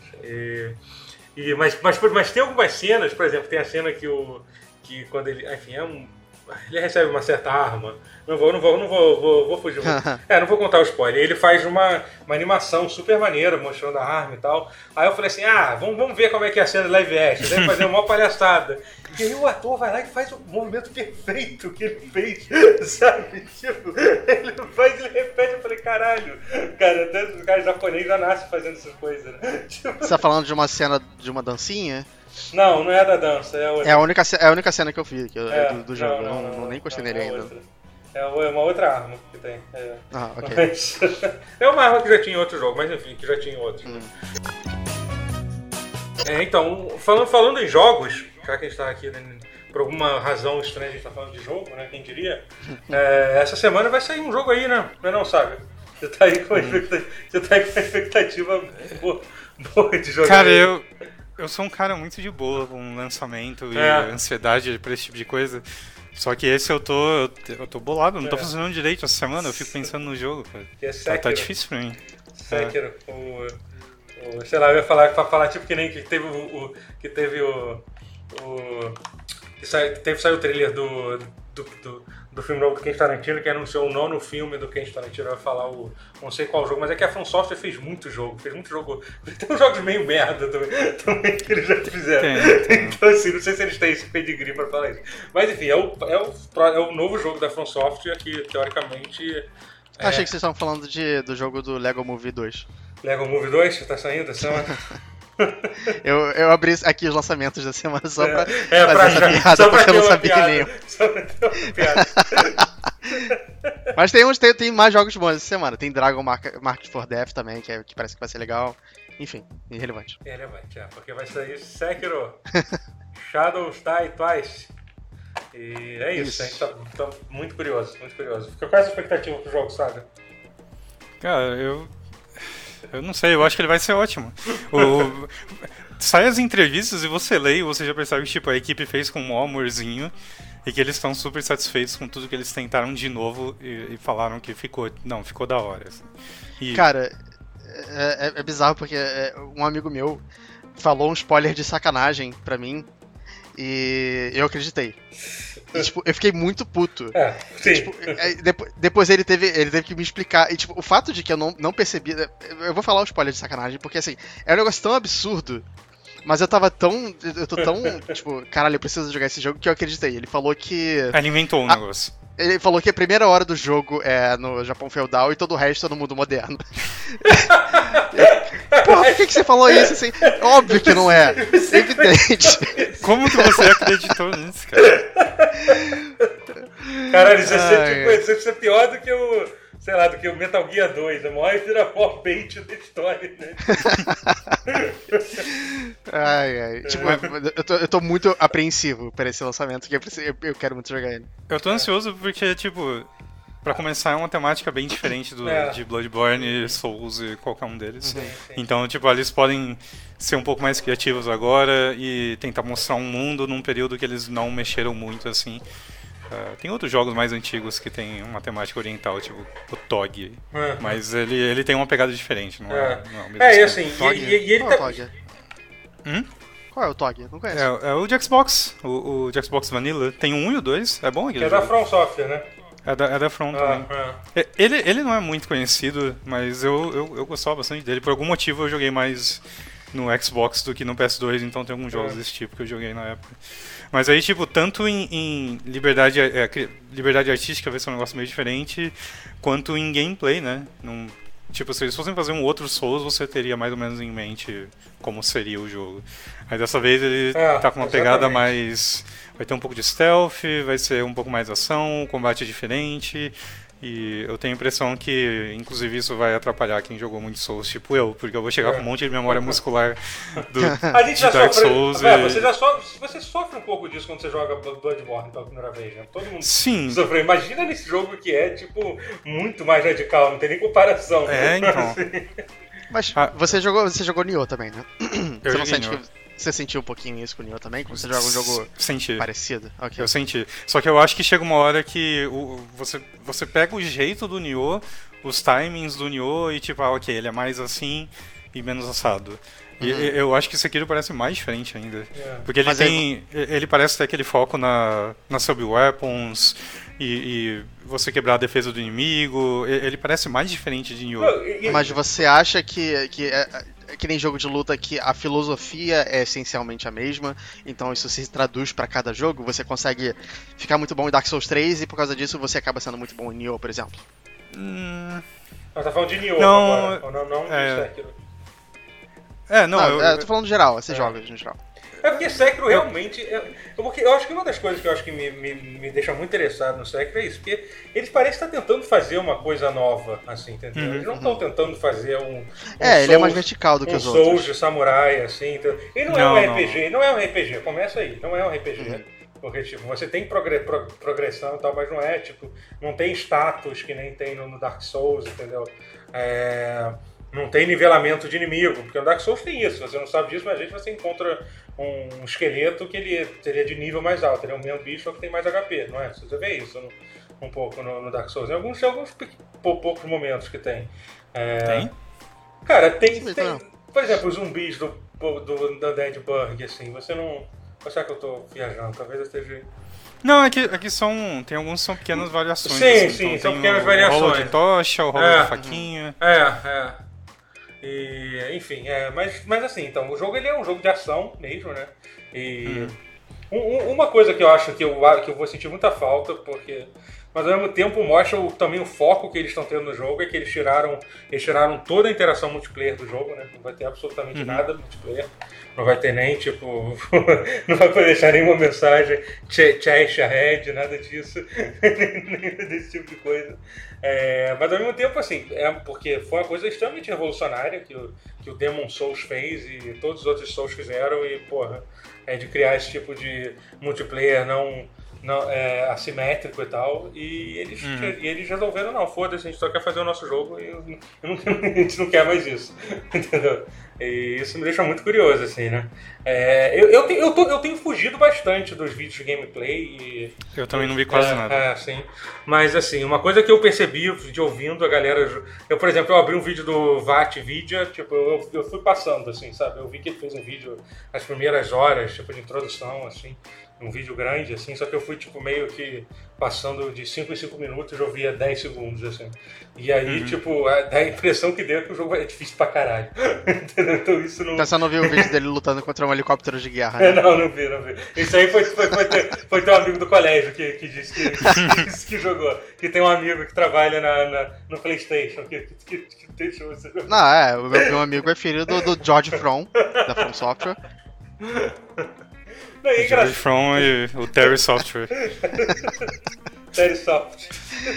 Mas tem algumas cenas, por exemplo, tem a cena que quando ele, enfim, ele recebe uma certa arma. Não vou fugir muito. Não vou contar o spoiler. Ele faz uma animação super maneira, mostrando a arma e tal. Aí eu falei assim, vamos ver como é que é a cena de live action. Deve fazer uma palhaçada. E aí o ator vai lá e faz o movimento perfeito que ele fez, sabe? Tipo, ele repete. Eu falei, caralho. Cara, até os caras japoneses já nascem fazendo essas coisas, né? Tipo... Você tá falando de uma cena, de uma dancinha? Não é da dança, é outra. É a única cena que eu vi do jogo. Eu nem gostei nele ainda. Outra. É uma outra arma que tem. Ok. Mas, é uma arma que já tinha em outro jogo, mas enfim, que já tinha em outro. Então, falando em jogos, já que a gente tá aqui, né, por alguma razão estranha a gente tá falando de jogo, né? Quem diria? Essa semana vai sair um jogo aí, né? Não sabe? Você tá aí com uma expectativa boa de jogar. Cara, eu sou um cara muito de boa com lançamento e ansiedade pra esse tipo de coisa. Só que esse eu tô bolado, não tô funcionando direito essa semana, eu fico pensando no jogo, cara. Que é Tá difícil pra mim. Sekiro, sei lá, eu ia falar tipo que nem que teve saiu o trailer do filme novo do Quentin Tarantino, que anunciou o 9º filme do Quentin Tarantino, vai falar não sei qual jogo, mas é que a From Software fez muito jogo. Tem uns jogos meio merda também que eles já fizeram. Então assim, não sei se eles têm esse pedigree pra falar isso. Mas enfim, é o novo jogo da From Software que, teoricamente... Achei que vocês estavam falando do jogo do Lego Movie 2. Lego Movie 2, que tá saindo essa semana? Eu abri aqui os lançamentos da semana só pra fazer essa piada, só pra porque eu não ter uma sabia piada. nenhum. Só pra ter uma piada. Mas tem mais jogos bons essa semana. Tem Dragon Market for Death também, que parece que vai ser legal. Enfim, irrelevante. Irrelevante, porque vai sair Sekiro, Shadows Die Twice. E é isso. A gente tá muito curioso, muito curioso. Qual é a expectativa pro jogo, Saga? Cara, eu não sei, eu acho que ele vai ser ótimo. Sai as entrevistas e você lê e você já percebe que tipo, a equipe fez com um maior amorzinho e que eles estão super satisfeitos com tudo que eles tentaram de novo e falaram que ficou da hora. Assim. Cara, é bizarro porque um amigo meu falou um spoiler de sacanagem pra mim e eu acreditei. E, tipo, eu fiquei muito puto. Sim. Tipo, depois ele teve que me explicar. E, tipo, o fato de que eu não percebi. Eu vou falar o spoiler de sacanagem, porque, assim, é um negócio tão absurdo. Mas eu tô tão. Tipo, caralho, eu preciso jogar esse jogo que eu acreditei. Ele falou que. Ele inventou um negócio. Ele falou que a primeira hora do jogo é no Japão feudal e todo o resto é no mundo moderno. Porra, por que você falou isso assim? Óbvio que não é. É evidente. Como que você acreditou nisso, cara? Caralho, isso ia ser pior do que do que o Metal Gear 2, a maior vira-pó bait da história, né? Ai. Tipo, eu tô muito apreensivo por esse lançamento, que eu quero muito jogar ele. Eu tô ansioso porque, tipo, pra começar é uma temática bem diferente de Bloodborne, Souls e qualquer um deles. Sim. Então, tipo, eles podem ser um pouco mais criativos agora e tentar mostrar um mundo num período que eles não mexeram muito, assim. Tem outros jogos mais antigos que tem uma temática oriental, tipo o TOG, mas ele tem uma pegada diferente, não é o mesmo e assim, e ele qual é o tá... TOG? Qual é o TOG? Não conheço. É o de Xbox, o de Xbox Vanilla. Tem o 1 e o 2, é bom aquele Que é jogo. da From Software, né? É da From também. Ele não é muito conhecido, mas eu gostava bastante dele. Por algum motivo eu joguei mais no Xbox do que no PS2, então tem alguns jogos desse tipo que eu joguei na época. Mas aí, tipo, tanto em liberdade artística vai ser um negócio meio diferente, quanto em gameplay, né? Tipo, se eles fossem fazer um outro Souls, você teria mais ou menos em mente como seria o jogo. Aí dessa vez ele tá com uma pegada mais... Vai ter um pouco de stealth, vai ser um pouco mais ação, o combate é diferente... E eu tenho a impressão que, inclusive, isso vai atrapalhar quem jogou muito Souls, tipo eu, porque eu vou chegar com um monte de memória muscular de Dark Souls. Você sofre um pouco disso quando você joga Bloodborne pela primeira vez, né? Todo mundo sofreu. Imagina nesse jogo que é, tipo, muito mais radical, não tem nem comparação. Então. Mas você jogou Nioh também, né? Eu joguei Nioh. Você sentiu um pouquinho isso com o Nioh também? Quando você joga um jogo parecido? Okay. Eu senti. Só que eu acho que chega uma hora que você pega o jeito do Nioh, os timings do Nioh e tipo, ok, ele é mais assim e menos assado. E eu acho que Sekiro parece mais diferente ainda. Porque ele parece ter aquele foco na sub-weapons e você quebrar a defesa do inimigo. Ele parece mais diferente de Nioh. Mas você acha que nem jogo de luta que a filosofia é essencialmente a mesma, então isso se traduz pra cada jogo? Você consegue ficar muito bom em Dark Souls 3 e por causa disso você acaba sendo muito bom em Nioh, por exemplo? Mas tá falando de Nioh agora, ou não de Sekiro? Eu tô falando geral, esses jogos no geral. É porque Sekiro realmente... Porque eu acho que uma das coisas que eu acho que me deixa muito interessado no Sekiro é isso, porque eles parecem estar tentando fazer uma coisa nova, assim, entendeu? Eles não estão tentando fazer um ele é mais vertical do que os outros. Um Souls de samurai, assim, entendeu? Ele não é um RPG, não é um RPG, começa aí, não é um RPG, Porque, tipo, você tem progressão e tal, mas não é, tipo, não tem status que nem tem no Dark Souls, entendeu? Não tem nivelamento de inimigo, porque no Dark Souls tem isso, você não sabe disso, mas às vezes você encontra um esqueleto que ele seria de nível mais alto, ele é o mesmo bicho, só que tem mais HP, não é? Você vê isso um pouco no Dark Souls, em alguns poucos momentos que tem. Tem? Cara, tem, por exemplo, os zumbis do Dead Bug, assim, você não... Ou será que eu tô viajando? Talvez eu esteja... Não, aqui tem alguns que são pequenas variações. Sim, assim. sim, Então, são tem pequenas o variações. rolo de tocha, o rolo de faquinha. E, enfim, mas assim, então, o jogo ele é um jogo de ação mesmo, né? E uma coisa que eu acho que eu vou sentir muita falta, porque... Mas ao mesmo tempo mostra também o foco que eles estão tendo no jogo, é que eles tiraram toda a interação multiplayer do jogo, né? Não vai ter absolutamente nada multiplayer. Não vai ter nem, tipo... não vai poder deixar nenhuma mensagem, chase ahead, nada disso. Nem desse tipo de coisa. Mas ao mesmo tempo, assim, porque foi uma coisa extremamente revolucionária que o Demon Souls fez e todos os outros Souls fizeram e, porra, de criar esse tipo de multiplayer não assimétrico e tal, e eles resolveram, não, foda-se, a gente só quer fazer o nosso jogo e a gente não quer mais isso, entendeu? E isso me deixa muito curioso, assim, né? Eu tenho fugido bastante dos vídeos de gameplay. Eu também não vi quase nada. Sim. Mas, assim, uma coisa que eu percebi de ouvindo a galera... por exemplo, eu abri um vídeo do VATvidia, tipo, eu fui passando, assim, sabe? Eu vi que ele fez um vídeo as primeiras horas, tipo, de introdução, assim, um vídeo grande, assim, só que eu fui, tipo, meio que passando de 5 em 5 minutos, eu via 10 segundos, assim. E aí, tipo, dá a impressão que deu que o jogo é difícil pra caralho. Entendeu? Então isso não... Então você não viu o vídeo dele lutando contra um helicóptero de guerra, né? Não vi. Isso aí foi teu amigo do colégio que disse que jogou. Que tem um amigo que trabalha no PlayStation, que deixou você jogar. Não, o meu amigo é filho do George From, da From Software. Não, o George From e o Terry Software. Terry Soft.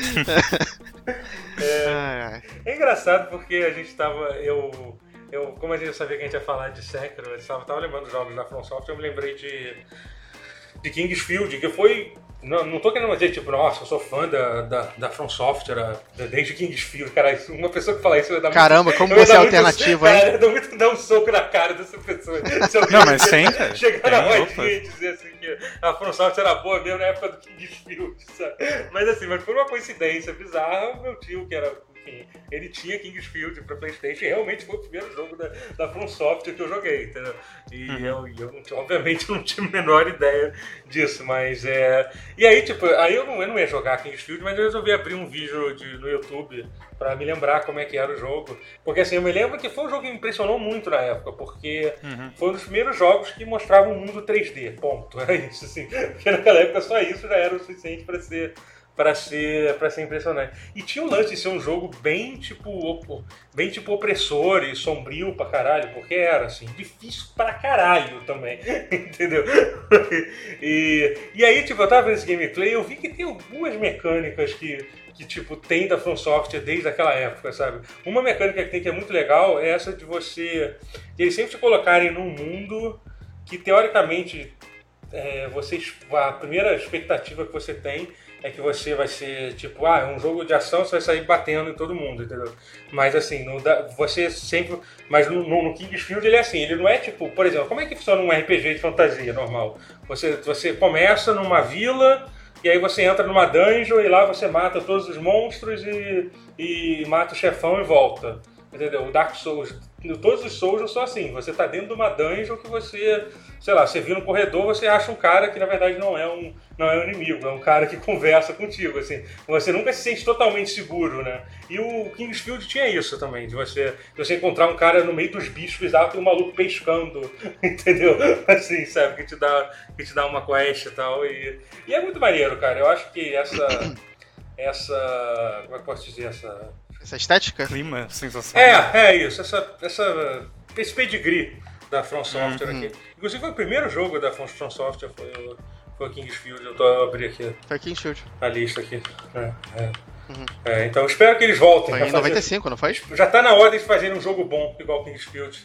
É engraçado porque a gente tava... como a gente sabia que a gente ia falar de Sekiro, eu tava lembrando dos jogos da From Software, eu me lembrei de Kingsfield, que foi... Não tô querendo dizer, tipo, nossa, eu sou fã da From Software desde Kingsfield, cara, uma pessoa que fala isso vai dar Caramba, como você é alternativo, hein? Cara, eu dar um soco na cara dessa pessoa. Não, mas tem, cara. Chegar na rodinha e dizer assim que a From Software era boa mesmo na época do Kingsfield, sabe? Mas assim, por uma coincidência bizarra, o meu tio, que era... ele tinha Kingsfield pra PlayStation e realmente foi o primeiro jogo da From Software que eu joguei, entendeu? E eu obviamente não tinha a menor ideia disso, mas E aí, tipo, eu não ia jogar Kingsfield, mas eu resolvi abrir um vídeo no YouTube pra me lembrar como é que era o jogo. Porque assim, eu me lembro que foi um jogo que me impressionou muito na época, porque foi um dos primeiros jogos que mostrava um mundo 3D, ponto. Era isso, assim. Porque naquela época só isso já era o suficiente pra ser impressionante. E tinha o lance de ser um jogo bem tipo opressor e sombrio pra caralho, porque era assim, difícil pra caralho também, entendeu? E aí, tipo, eu tava vendo esse gameplay e eu vi que tem algumas mecânicas que tipo, tem da From Software desde aquela época, sabe? Uma mecânica que tem que é muito legal é essa de eles sempre te colocarem num mundo que, teoricamente, a primeira expectativa que você tem é que você vai ser, tipo, é um jogo de ação, você vai sair batendo em todo mundo, entendeu? Mas assim, você sempre... Mas no Kingsfield ele é assim, ele não é tipo... Por exemplo, como é que funciona um RPG de fantasia normal? Você começa numa vila, e aí você entra numa dungeon, e lá você mata todos os monstros e mata o chefão e volta. Entendeu? O Dark Souls... Todos os Souls são assim, você tá dentro de uma dungeon que você... Sei lá, você vira no corredor, você acha um cara que na verdade não é um inimigo, é um cara que conversa contigo, assim. Você nunca se sente totalmente seguro, né? E o Kingsfield tinha isso também, de você encontrar um cara no meio dos bichos bizarros, tem um maluco pescando, entendeu? Assim, sabe, que te dá uma quest e tal. E é muito maneiro, cara. Eu acho que essa como é que eu posso dizer? Essa estética? Clima, sensação. É isso, esse pedigree da From Software aqui. Inclusive foi o primeiro jogo da From Software, foi o Kingsfield. Eu abri aqui Foi Kingsfield. a lista aqui. Então eu espero que eles voltem. Foi em 95, não foi? Já tá na hora de fazerem um jogo bom, igual o Kingsfield.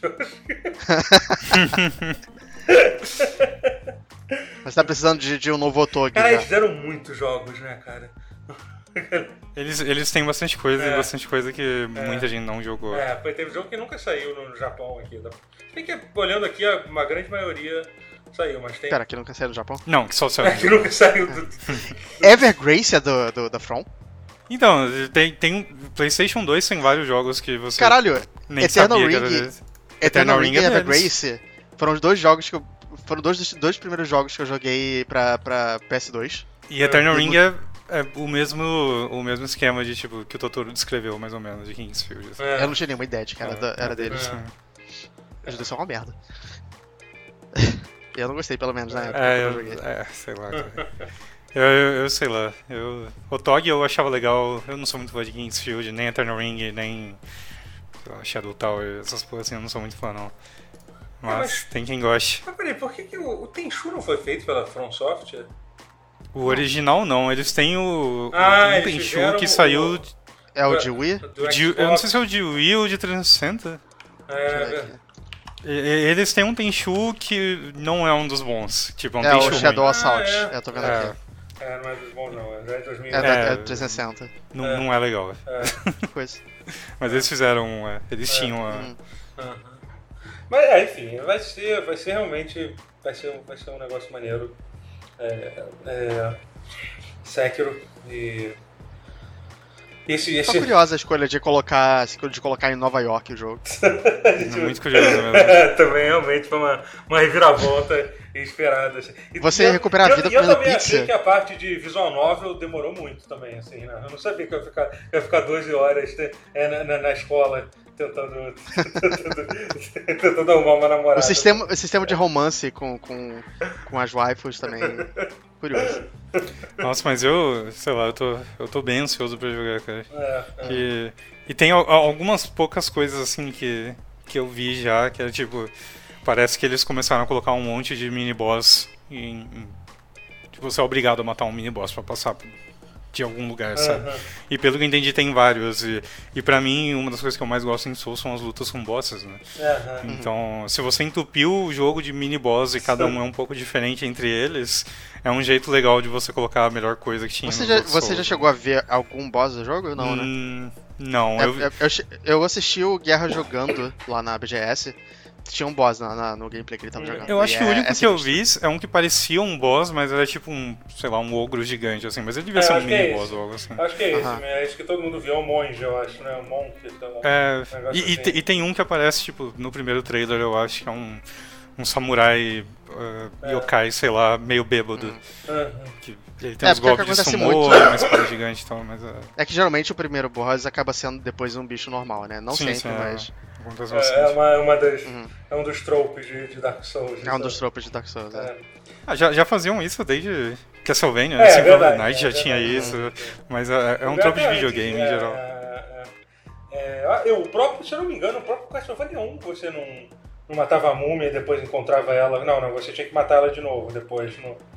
Mas tá precisando de um novo Otog. Cara, eles fizeram muitos jogos, né, cara? Eles têm bastante coisa e bastante coisa que muita gente não jogou. Teve jogo que nunca saiu no Japão aqui. Tem que, olhando aqui, uma grande maioria saiu, mas tem... Pera, que nunca saiu no Japão? Não, que só saiu. Que nunca saiu Evergrace é da From? Então, tem PlayStation 2 tem vários jogos que você Caralho, nem Eternal sabia Ring, que era Eternal Ring e deles. Evergrace foram os dois jogos foram dois primeiros jogos que eu joguei pra PS2. E Eternal Ring é o mesmo esquema de tipo que o Totoro descreveu, mais ou menos, de Kingsfield. Assim. Eu não tinha nenhuma ideia de que era deles. As duas são uma merda. Eu não gostei, pelo menos, na época que eu joguei. Sei lá, cara. Eu sei lá. O TOG eu achava legal. Eu não sou muito fã de Kingsfield, nem Eternal Ring, nem Shadow Tower, essas coisas assim, eu não sou muito fã, não. Mas tem quem goste. Mas peraí, por que o Tenchu não foi feito pela From Software? O original não, eles têm o Tenchu que saiu... É o de Wii? Eu não sei se é o de Wii ou de 360. Eles têm um Tenchu que não é um dos bons. Tipo, é um Tenchu o Shadow ruim. Assault. Eu tô vendo aqui. Não é dos bons não, já é 2000. É 360. Não é legal. Coisa. Mas eles fizeram, eles tinham Mas enfim, vai ser realmente, vai ser um negócio maneiro. Sekiro e... Tô curiosa a escolha de colocar em Nova York o jogo. Muito curioso mesmo. Também realmente foi uma reviravolta esperada. Assim. Você recuperar a vida comendo pizza. Eu também pizza. achei que a parte de visual novel demorou muito também, assim, né? Eu não sabia que eu ia ficar 12 horas na escola tentando arrumar uma namorada. O sistema de romance com as waifus também. Curioso. Nossa, mas sei lá, eu tô bem ansioso pra jogar, cara. E tem algumas poucas coisas assim que eu vi já, que é tipo, parece que eles começaram a colocar um monte de mini-boss tipo, você é obrigado a matar um mini-boss pra passar de algum lugar, sabe? E pelo que eu entendi tem vários, e pra mim uma das coisas que eu mais gosto em Souls são as lutas com bosses, né? Então, se você entupiu o jogo de mini-boss e cada um é um pouco diferente entre eles, é um jeito legal de você colocar a melhor coisa que tinha Você já chegou a ver algum boss do jogo? Não, né? Não, eu assisti o Guerra jogando lá na BGS. Tinha um boss no gameplay que ele tava jogando. Eu acho que o único que eu vi é um que parecia um boss, mas era tipo sei lá, um ogro gigante, assim. Mas ele devia ser um mini-boss ou algo assim. Acho que é esse, é esse que todo mundo viu, é o monge, eu acho, né? O monk. E tem um que aparece, tipo, no primeiro trailer, eu acho que é um samurai yokai, sei lá, meio bêbado. Que ele tem uns golpes de sumô, uma espada gigante e tal, mas... É que geralmente o primeiro boss acaba sendo depois um bicho normal, né? Não sempre, mas... É um dos tropes de Dark Souls. É um dos tropes de Dark Souls, já faziam isso desde Castlevania, né? Symphony Night já tinha isso, mas é um trope de videogame em geral. O próprio, se eu não me engano, o próprio Castlevania 1, você não matava a múmia e depois encontrava ela. Não, você tinha que matar ela de novo depois.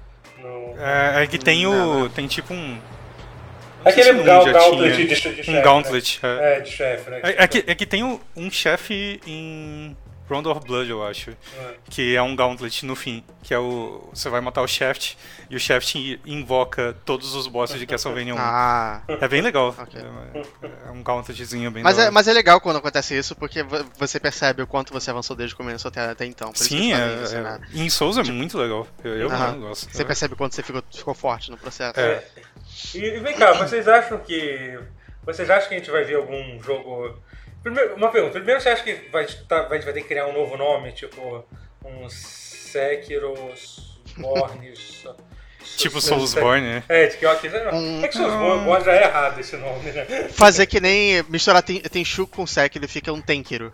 É que tem tipo um... Aquele gauntlet de chefe. Um gauntlet, né? De chefe, né? É que tem um chefe em Round of Blood, eu acho. Que é um gauntlet no fim. Que é você vai matar o Shaft e o Shaft invoca todos os bosses de Castlevania 1. É bem legal. Okay. É um gauntletzinho bem legal. Mas é legal quando acontece isso, porque você percebe o quanto você avançou desde o começo até então. Por Sim, isso né? Em Souls é muito legal. Eu gosto. Você percebe o quanto você ficou forte no processo. E vem cá, vocês acham que a gente vai ver algum jogo... Primeiro, uma pergunta. Primeiro, você acha que a gente vai ter que criar um novo nome? Tipo, um Sekiro, Soulsborne... Tipo Soulsborne, né? É que Soulsborne já é errado esse nome, né? Fazer que nem misturar Tenchu com Sekiro, fica um Tenkiro.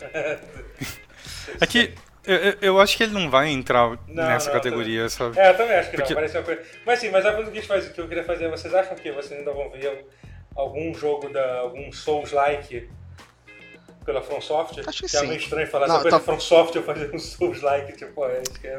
É que... Eu acho que ele não vai entrar nessa categoria, sabe? Eu também acho que não, parece uma coisa... Mas a coisa que eu queria fazer, vocês acham que vocês ainda vão ver algum jogo algum Souls-like pela From Software? Acho que sim. É meio estranho falar essa coisa From Software fazer um Souls-like, tipo, acho que é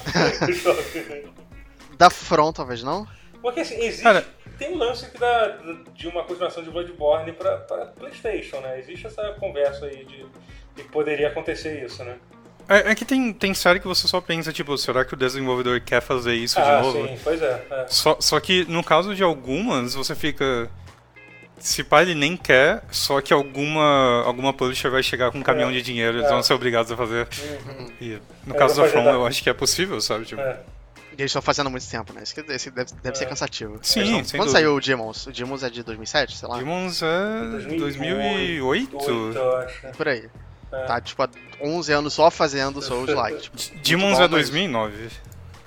fácil. Da From, talvez não? Porque assim, tem um lance de uma continuação de Bloodborne pra PlayStation, né? Existe essa conversa aí de que poderia acontecer isso, né? É que tem série que você só pensa, tipo, será que o desenvolvedor quer fazer isso de novo? Sim, pois é. Só que no caso de algumas, você fica... Se pá, ele nem quer, só que alguma publisher vai chegar com um caminhão de dinheiro, eles vão ser obrigados a fazer. E no caso da From, eu acho que é possível, sabe? Tipo... E eles estão fazendo há muito tempo, né? Esse deve ser cansativo. Sim, Quando saiu o Demons? O Demons é de 2007, sei lá? Demons é 2008? Eu acho. Por aí. Tá, tipo, há 11 anos só fazendo Souls-like. Tipo, Demons é 2009.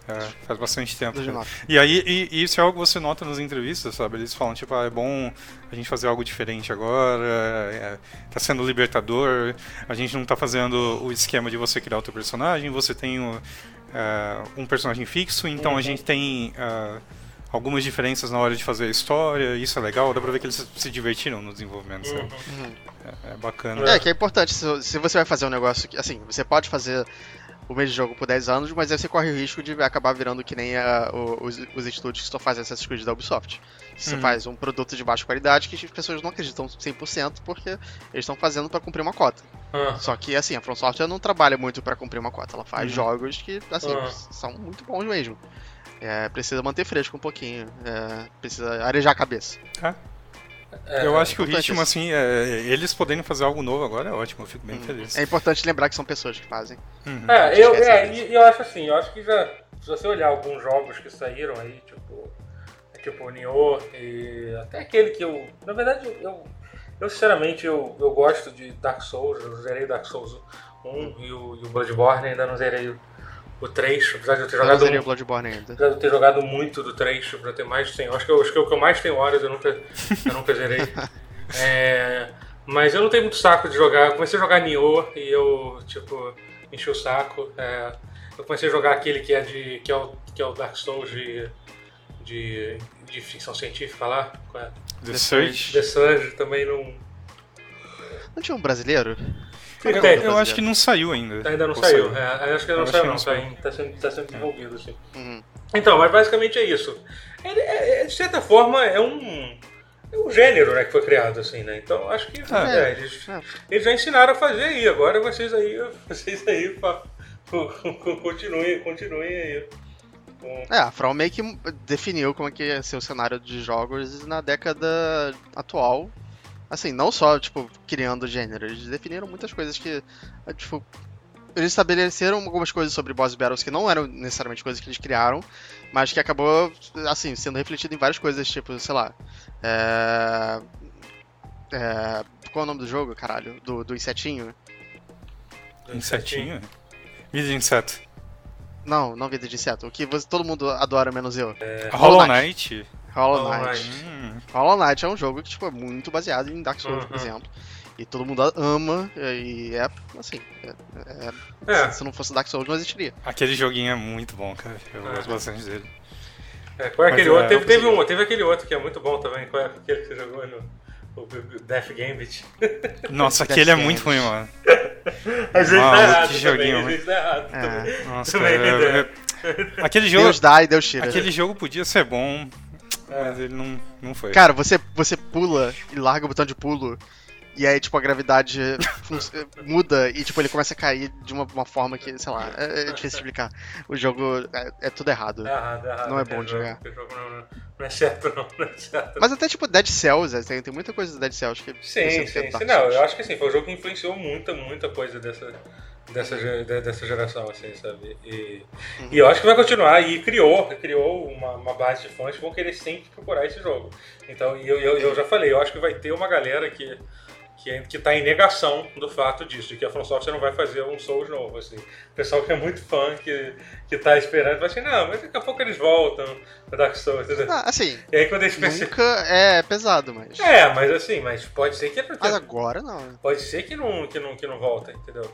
Faz bastante tempo. 2009. E aí, isso é algo que você nota nas entrevistas, sabe? Eles falam, tipo, é bom a gente fazer algo diferente agora, tá sendo libertador, a gente não tá fazendo o esquema de você criar outro personagem, você tem um personagem fixo, então a gente tem algumas diferenças na hora de fazer a história, isso é legal, dá pra ver que eles se divertiram no desenvolvimento, sabe? É bacana. Que é importante, se você vai fazer um negócio que, assim, você pode fazer o mesmo jogo por 10 anos, mas aí você corre o risco de acabar virando que nem os estúdios que estão fazendo Assassin's Creed da Ubisoft. Você faz um produto de baixa qualidade que as pessoas não acreditam 100% porque eles estão fazendo pra cumprir uma cota. Só que, assim, a From Software não trabalha muito pra cumprir uma cota, ela faz jogos que, assim, são muito bons mesmo. Precisa manter fresco um pouquinho, precisa arejar a cabeça. Eu acho que o ritmo, assim, eles poderem fazer algo novo agora é ótimo, eu fico bem feliz. É importante lembrar que são pessoas que fazem. Eu acho assim, eu acho que se você olhar alguns jogos que saíram aí, tipo o Nioh e até aquele que na verdade, eu sinceramente, eu gosto de Dark Souls, eu zerei Dark Souls 1 e o Bloodborne, ainda não zerei o 3, apesar de eu ter jogado. Eu não zerei o Bloodborne ainda. Apesar de eu ter jogado muito do 3, pra ter mais de 100 horas. Acho que o que eu mais tenho horas eu nunca zerei. Mas eu não tenho muito saco de jogar. Eu comecei a jogar Nioh e eu, enchi o saco. Eu comecei a jogar aquele que é o Dark Souls de ficção científica lá. The Surge. The Surge também não. Não tinha um brasileiro? Eu acho que não saiu ainda. Ainda não saiu. Acho que não saiu, não. Tá sendo desenvolvido, assim. Então, mas basicamente é isso. Ele, de certa forma, é um gênero, né, que foi criado, assim, né? Então, acho que eles já ensinaram a fazer aí. Agora vocês aí continuem aí. A From meio que definiu como é que ia ser o cenário de jogos na década atual. Assim, não só, criando gênero, eles definiram muitas coisas que, eles estabeleceram algumas coisas sobre boss battles que não eram necessariamente coisas que eles criaram, mas que acabou, assim, sendo refletido em várias coisas, sei lá, qual é o nome do jogo, caralho? Do insetinho? Insetinho? Vida de inseto. Não Vida de inseto, o que todo mundo adora, menos eu. Hollow Knight. Hollow Knight é um jogo que é muito baseado em Dark Souls, por exemplo. E todo mundo ama, e se não fosse Dark Souls não existiria. Aquele joguinho é muito bom, cara. Eu gosto bastante dele. Qual é aquele outro? Teve aquele outro que é muito bom também. Qual é aquele que você jogou o Death Gambit? Nossa, aquele é muito ruim, mano. Às vezes tá errado que joguinho, também. Às vezes tá errado também. Nossa, aquele jogo... Deus dá e Deus tira. Aquele jogo podia ser bom, mas ele não foi. Cara, você pula e larga o botão de pulo, e aí, a gravidade muda e, ele começa a cair de uma forma que, sei lá, é difícil de explicar. O jogo é tudo errado. Errado. Não é bom de jogar. O jogo não é certo, não é certo. Mas até, Dead Cells, tem muita coisa do Dead Cells que... Sim. Não, eu acho que sim, foi um jogo que influenciou muita coisa dessa geração, assim, sabe? E eu acho que vai continuar, e criou uma base de fãs que vão querer sempre procurar esse jogo. Então, eu já falei, eu acho que vai ter uma galera que tá em negação do fato disso, de que a From Software não vai fazer um Souls novo, assim. O pessoal que é muito fã, que tá esperando, vai assim, não, mas daqui a pouco eles voltam pra Dark Souls, entendeu? Assim, e aí quando eles nunca é pesado, mas... mas pode ser que... Mas agora não. Pode ser que não voltem, entendeu?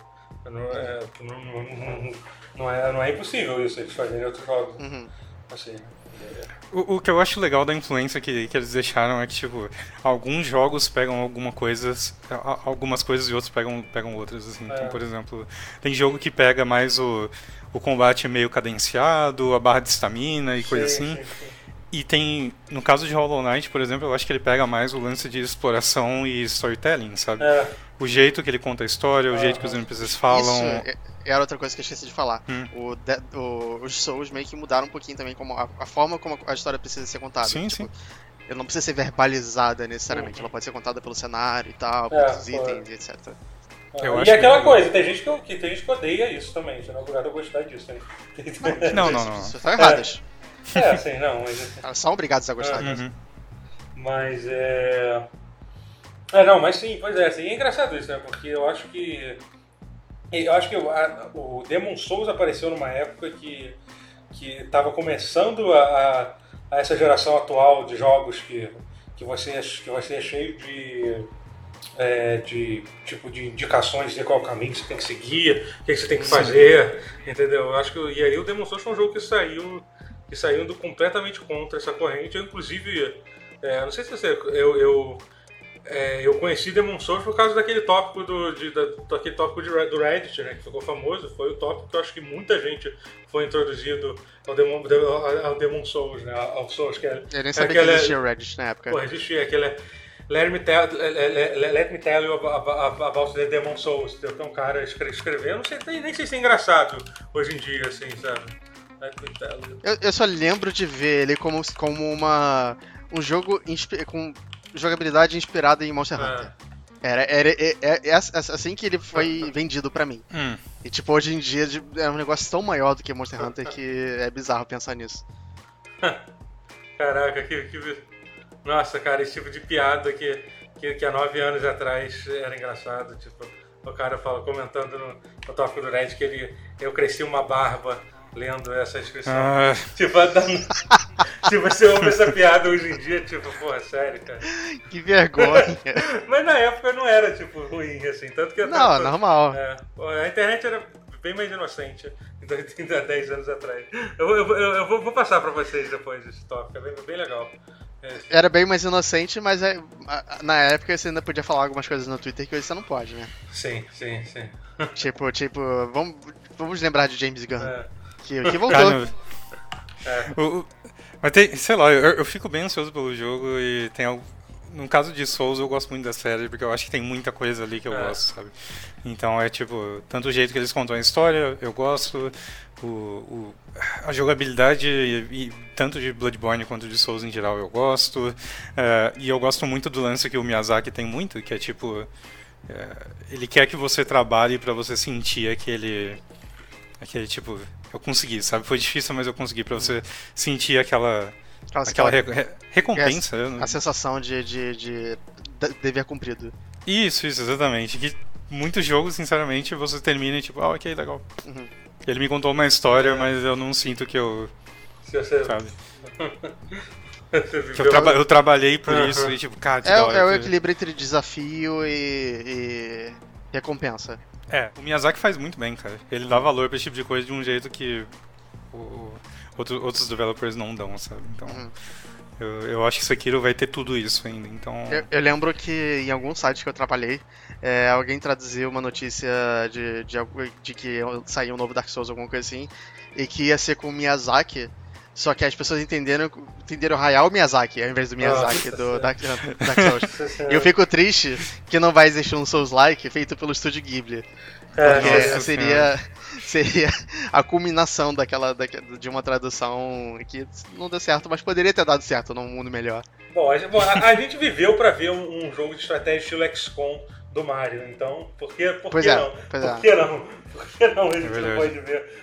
Não é impossível isso, eles fazerem outros jogos. Assim... O que eu acho legal da influência que eles deixaram é que, alguns jogos pegam algumas coisas e outros pegam outras, assim. Então, por exemplo, tem jogo que pega mais o combate meio cadenciado, a barra de estamina e coisa assim. Sim. E tem, no caso de Hollow Knight, por exemplo, eu acho que ele pega mais o lance de exploração e storytelling, sabe? O jeito que ele conta a história, o jeito que os NPCs falam... Isso era outra coisa que eu esqueci de falar. Os Souls meio que mudaram um pouquinho também como a forma como a história precisa ser contada. Sim. Ela não precisa ser verbalizada necessariamente, ela pode ser contada pelo cenário e tal, pelos itens, etc. E aquela coisa, tem gente que odeia isso também, você não é obrigado a gostar disso. Né? Não. Isso estão erradas. Sim, não, mas... Elas são obrigadas a gostar disso. Mas não, mas sim, pois é, assim, é engraçado isso, né? Porque eu acho que o Demon's Souls apareceu numa época que que tava começando a essa geração atual de jogos que você é cheio de tipo de indicações de qual caminho que você tem que seguir, o que você tem que fazer, entendeu? Eu acho que e aí o Demon Souls foi um jogo que saiu indo completamente contra essa corrente. Eu, inclusive, não sei se você eu conheci Demon Souls por causa daquele tópico do Reddit, né, que ficou famoso. Foi o tópico que eu acho que muita gente foi introduzido ao Demon Souls, né, ao Souls, que é... Eu nem sabia que existia o Reddit na época. Pô, existia aquele... Let me tell you about the Demon Souls. Tem um cara escrevendo, nem sei se é engraçado hoje em dia, assim, sabe? Let me tell you. Eu só lembro de ver ele como um jogo com jogabilidade inspirada em Monster Hunter. É assim que ele foi vendido pra mim. E tipo, hoje em dia é um negócio tão maior do que Monster Hunter que é bizarro pensar nisso. Caraca, nossa, cara, esse tipo de piada que há 9 anos atrás era engraçado. Tipo, o cara comentando no tópico do Reddit que eu cresci uma barba lendo essa inscrição. Tipo, você ouve essa piada hoje em dia, tipo, porra, sério, cara. Que vergonha. Mas na época não era, tipo, ruim, assim. Tanto que normal. A internet era bem mais inocente há 10 anos atrás. Eu vou passar pra vocês depois esse tópico, é bem legal. Era bem mais inocente, mas na época você ainda podia falar algumas coisas no Twitter que hoje você não pode, né? Sim. Tipo, vamos lembrar de James Gunn, que voltou. Mas tem, sei lá, eu fico bem ansioso pelo jogo e tem algo... No caso de Souls, eu gosto muito da série, porque eu acho que tem muita coisa ali que eu gosto, sabe? Então é tipo, tanto o jeito que eles contam a história, eu gosto, a jogabilidade, e tanto de Bloodborne quanto de Souls em geral eu gosto, e eu gosto muito do lance que o Miyazaki tem muito, que é tipo, ele quer que você trabalhe pra você sentir aquele tipo, eu consegui, sabe? Foi difícil, mas eu consegui, pra você sentir aquela recompensa. A sensação de dever cumprido. Isso, exatamente. Que muitos jogos, sinceramente, você termina e tipo, ok, legal. Ele me contou uma história, mas eu não sinto que eu... Sabe? Que eu trabalhei por isso e tipo, cara, é o equilíbrio entre desafio e recompensa. O Miyazaki faz muito bem, cara. Ele dá valor pra esse tipo de coisa de um jeito que outros developers não dão, sabe? Então, eu acho que Sekiro vai ter tudo isso ainda, então... Eu lembro que em algum site que eu trabalhei, alguém traduziu uma notícia de que saiu um novo Dark Souls, alguma coisa assim, e que ia ser com o Miyazaki, só que as pessoas entenderam Hayao Miyazaki, ao invés do Miyazaki do Dark Souls. E eu fico triste que não vai existir um Souls-like feito pelo estúdio Ghibli. Porque seria a culminação de uma tradução que não deu certo, mas poderia ter dado certo num mundo melhor. Bom, a gente viveu pra ver um jogo de estratégia estilo XCOM do Mario, então por que não? Por que não a gente não pode ver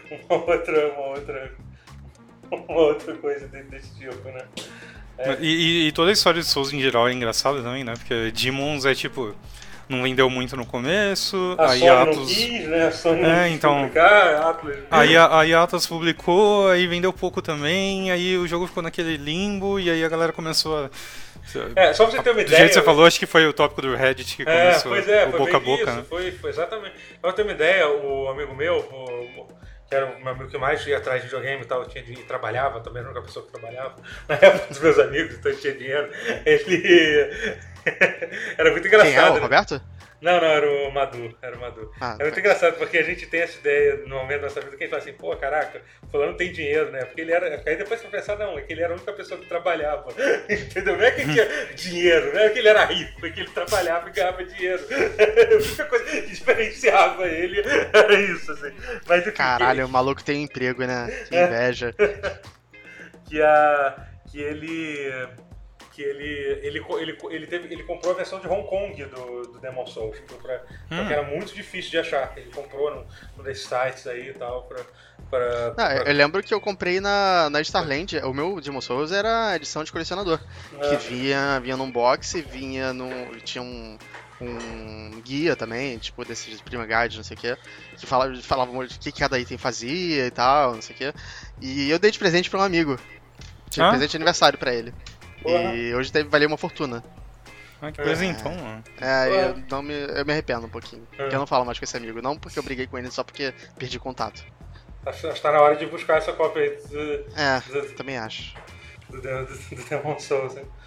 uma outra coisa desse tipo, né? E toda a história de Souls em geral é engraçada também, né? Porque Demons é tipo... Não vendeu muito no começo, aí a Sony Atlus... não quis, né? A Sony não quis publicar, Atlus... Aí a Atlus publicou, aí vendeu pouco também, aí o jogo ficou naquele limbo, e aí a galera começou a... só pra você ter uma ideia... Do jeito que você falou, acho que foi o tópico do Reddit que começou o boca a boca. Isso, né? Foi exatamente. Pra ter uma ideia, o amigo meu, que era o meu amigo que mais ia atrás de videogame e tal, e trabalhava, também era a única pessoa que trabalhava, na época dos meus amigos, então tinha dinheiro, ele... Era muito engraçado. Quem é? O Roberto? Não, era o Madu. Era muito engraçado, porque a gente tem essa ideia no momento da nossa vida que a gente fala assim, pô, caraca, fulano tem dinheiro, né? Porque ele era... Aí depois você pensar, não, é que ele era a única pessoa que trabalhava. Entendeu? Não é que ele tinha dinheiro, não é que ele era rico, é que ele trabalhava e ganhava dinheiro. A única coisa que diferenciava ele era isso, assim. Mas, enfim, caralho, o maluco tem emprego, né? Que inveja. Que ele comprou a versão de Hong Kong do Demon Souls, porque era muito difícil de achar. Ele comprou num desses sites aí e tal, eu lembro que eu comprei na Starland. O meu Demon Souls era a edição de colecionador, que vinha num box, tinha um guia também, tipo, desses Prima Guide, não sei o que, que falava o que cada item fazia e tal, não sei o que. E eu dei de presente pra um amigo. Tive presente de aniversário pra ele. Porra. E hoje valeu uma fortuna. Ah, que presentão, mano. Eu me arrependo um pouquinho. Porque eu não falo mais com esse amigo. Não porque eu briguei com ele, só porque perdi contato. Acho que tá na hora de buscar essa cópia aí Também acho. do Demon Souls, hein?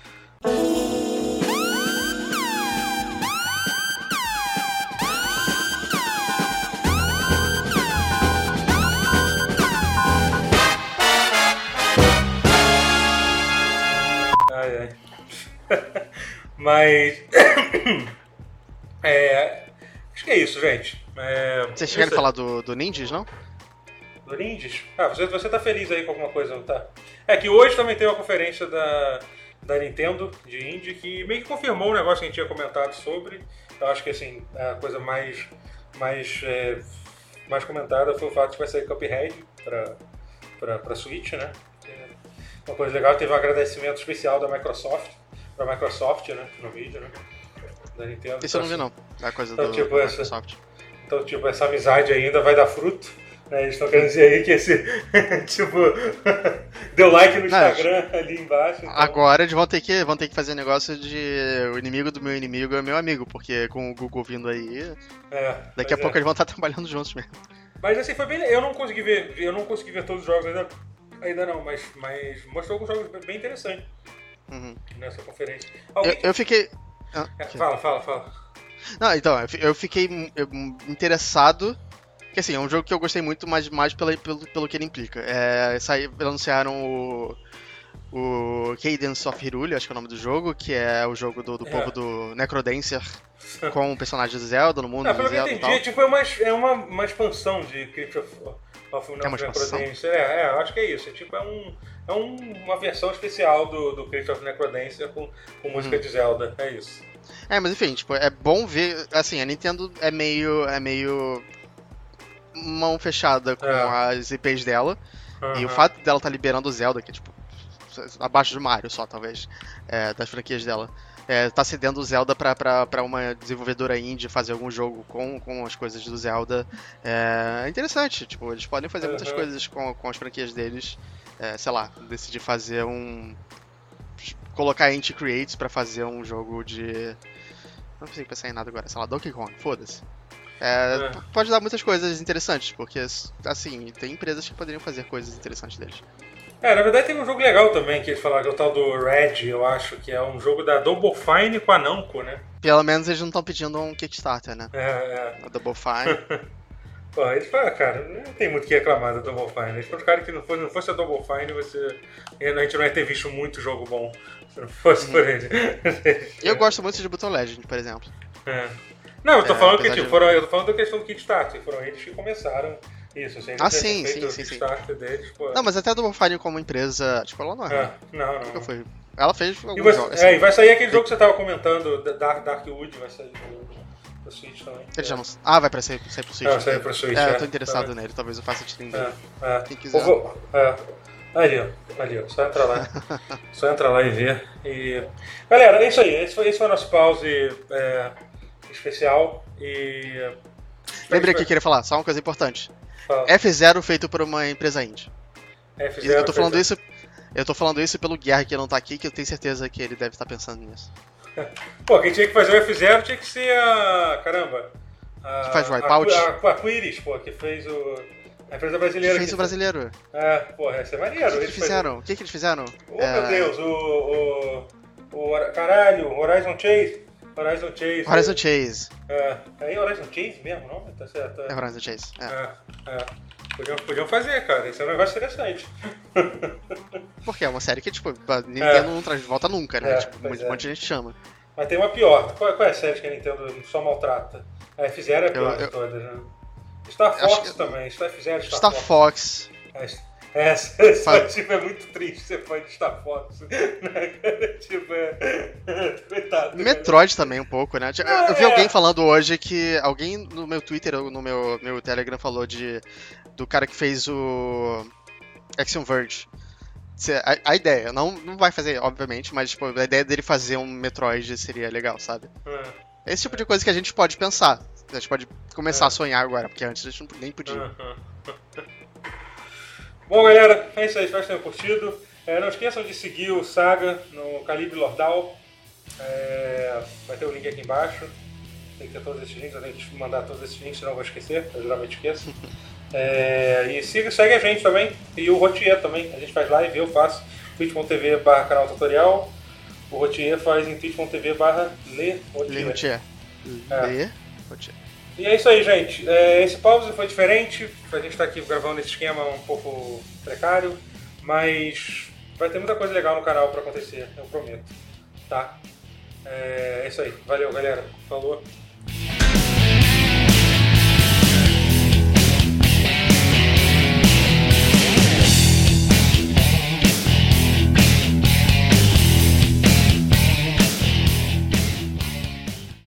Ai. Mas. Acho que é isso, gente. Vocês chegaram a falar do Ninjas, não? Do Ninjas? Você tá feliz aí com alguma coisa, não tá? É que hoje também tem uma conferência da Nintendo de Indie que meio que confirmou o negócio que a gente tinha comentado sobre. Eu acho que assim, a coisa mais comentada foi o fato de que vai sair Cuphead pra Switch, né? Uma coisa legal, teve um agradecimento especial da Microsoft, pra Microsoft, né? No vídeo, né? Da Nintendo. Isso eu não vi, não. A coisa então, do Microsoft. Então, tipo, essa amizade ainda vai dar fruto. Né? Eles estão querendo dizer aí que esse, tipo, deu like no Instagram ali embaixo. Então... Agora eles vão ter que fazer negócio de o inimigo do meu inimigo é meu amigo, porque com o Google vindo aí, daqui a pouco eles vão estar trabalhando juntos mesmo. Mas assim, foi bem... Eu não consegui ver todos os jogos ainda não, mas mostrou alguns jogos bem interessantes nessa conferência. Eu fiquei... Fala. Não, então, eu fiquei interessado, que assim, é um jogo que eu gostei muito, mas mais pelo que ele implica. Anunciaram o Cadence of Hyrule, acho que é o nome do jogo, que é o jogo do povo do Necrodancer com o personagem do Zelda, no mundo do Zelda e tal. Pelo que eu entendi, tipo, é uma expansão de Crypt of Necrodancer. Eu acho que é isso. Tipo, é uma versão especial do Crypt of Necrodancer com música de Zelda. É isso. Mas enfim, tipo, é bom ver, assim, a Nintendo é meio mão fechada com as IPs dela, e o fato dela estar liberando o Zelda, que é tipo, abaixo do Mario só, talvez, das franquias dela, tá cedendo o Zelda pra uma desenvolvedora indie fazer algum jogo com as coisas do Zelda, é interessante, tipo, eles podem fazer muitas coisas com as franquias deles, sei lá, decidir fazer colocar Inti Creates pra fazer um jogo de... Não consigo pensar em nada agora, sei lá, Donkey Kong, foda-se. Pode dar muitas coisas interessantes, porque, assim, tem empresas que poderiam fazer coisas interessantes deles. Na verdade tem um jogo legal também, que eles falaram, que é o tal do Red, eu acho, que é um jogo da Double Fine com a Namco, né? Pelo menos eles não estão pedindo um Kickstarter, né? A Double Fine... Pô, eles falaram, cara, não tem muito o que reclamar da Double Fine. Eles falaram que não fosse a Double Fine, a gente não ia ter visto muito jogo bom se não fosse por ele. Eu gosto muito de Brutal Legend, por exemplo. Não, eu tô falando que tipo, eu tô falando da questão do Kickstarter. Foram eles que começaram isso. Sim. Deles, pô. Não, mas até a Double Fine como empresa, tipo, ela não é. Não. Nunca foi. Ela fez alguns jogos. Assim, e vai sair aquele jogo que você tava comentando, Darkwood, vai sair pro Switch também. Ele já não... vai pra sair pro Switch. Vai sair pro Switch, eu tô interessado nele, talvez eu faça stream dele. Quem quiser. Ali, ó, só entra lá e ver. E... Galera, é isso aí, esse foi o nosso pause especial e... Lembrei que eu queria falar, só uma coisa importante. F0 feito por uma empresa indie. Eu tô falando isso pelo Guerra, que não tá aqui, que eu tenho certeza que ele deve estar pensando nisso. Pô, quem tinha que fazer o F0 tinha que ser a... Caramba! Que faz Wipeout? A Quiris, pô, que fez a empresa brasileira. Que fez o brasileiro. Porra, essa é maneiro. O que eles fizeram? Meu Deus, caralho, Horizon Chase. Horizon Chase. É Horizon Chase mesmo, não? Tá certo. É Horizon Chase. Podiam fazer, cara. Esse é um negócio interessante. Porque é uma série que, tipo, a Nintendo não traz de volta nunca, né? Tipo, um monte de gente chama. Mas tem uma pior. Qual é a série que a Nintendo só maltrata? A F0 é a pior de todas, né? Star Fox também. Star Fox. Tipo, é muito triste ser fã de Star Fox. Tipo, coitado. Metroid também um pouco, né? Eu vi alguém falando hoje que... Alguém no meu Twitter ou no meu Telegram falou do cara que fez o Axiom Verge. A ideia, não vai fazer, obviamente, mas tipo, a ideia dele fazer um Metroid seria legal, sabe? Esse tipo de coisa que a gente pode pensar. A gente pode começar a sonhar agora, porque antes a gente nem podia. Bom, galera, é isso aí. Espero que tenham curtido. Não esqueçam de seguir o Saga no Calibre Lordal. Vai ter o link aqui embaixo. Tem que ter todos esses links. Eu tenho que mandar todos esses links, senão eu vou esquecer. Eu geralmente esqueço. E segue a gente também. E o Rotier também. A gente faz live, eu faço. twitch.tv/canal tutorial. O Rotier faz em twitch.tv/Le Rotier. E é isso aí, gente. Esse pause foi diferente. A gente tá aqui gravando nesse esquema um pouco precário. Mas vai ter muita coisa legal no canal pra acontecer, eu prometo. Tá? É isso aí. Valeu, galera. Falou.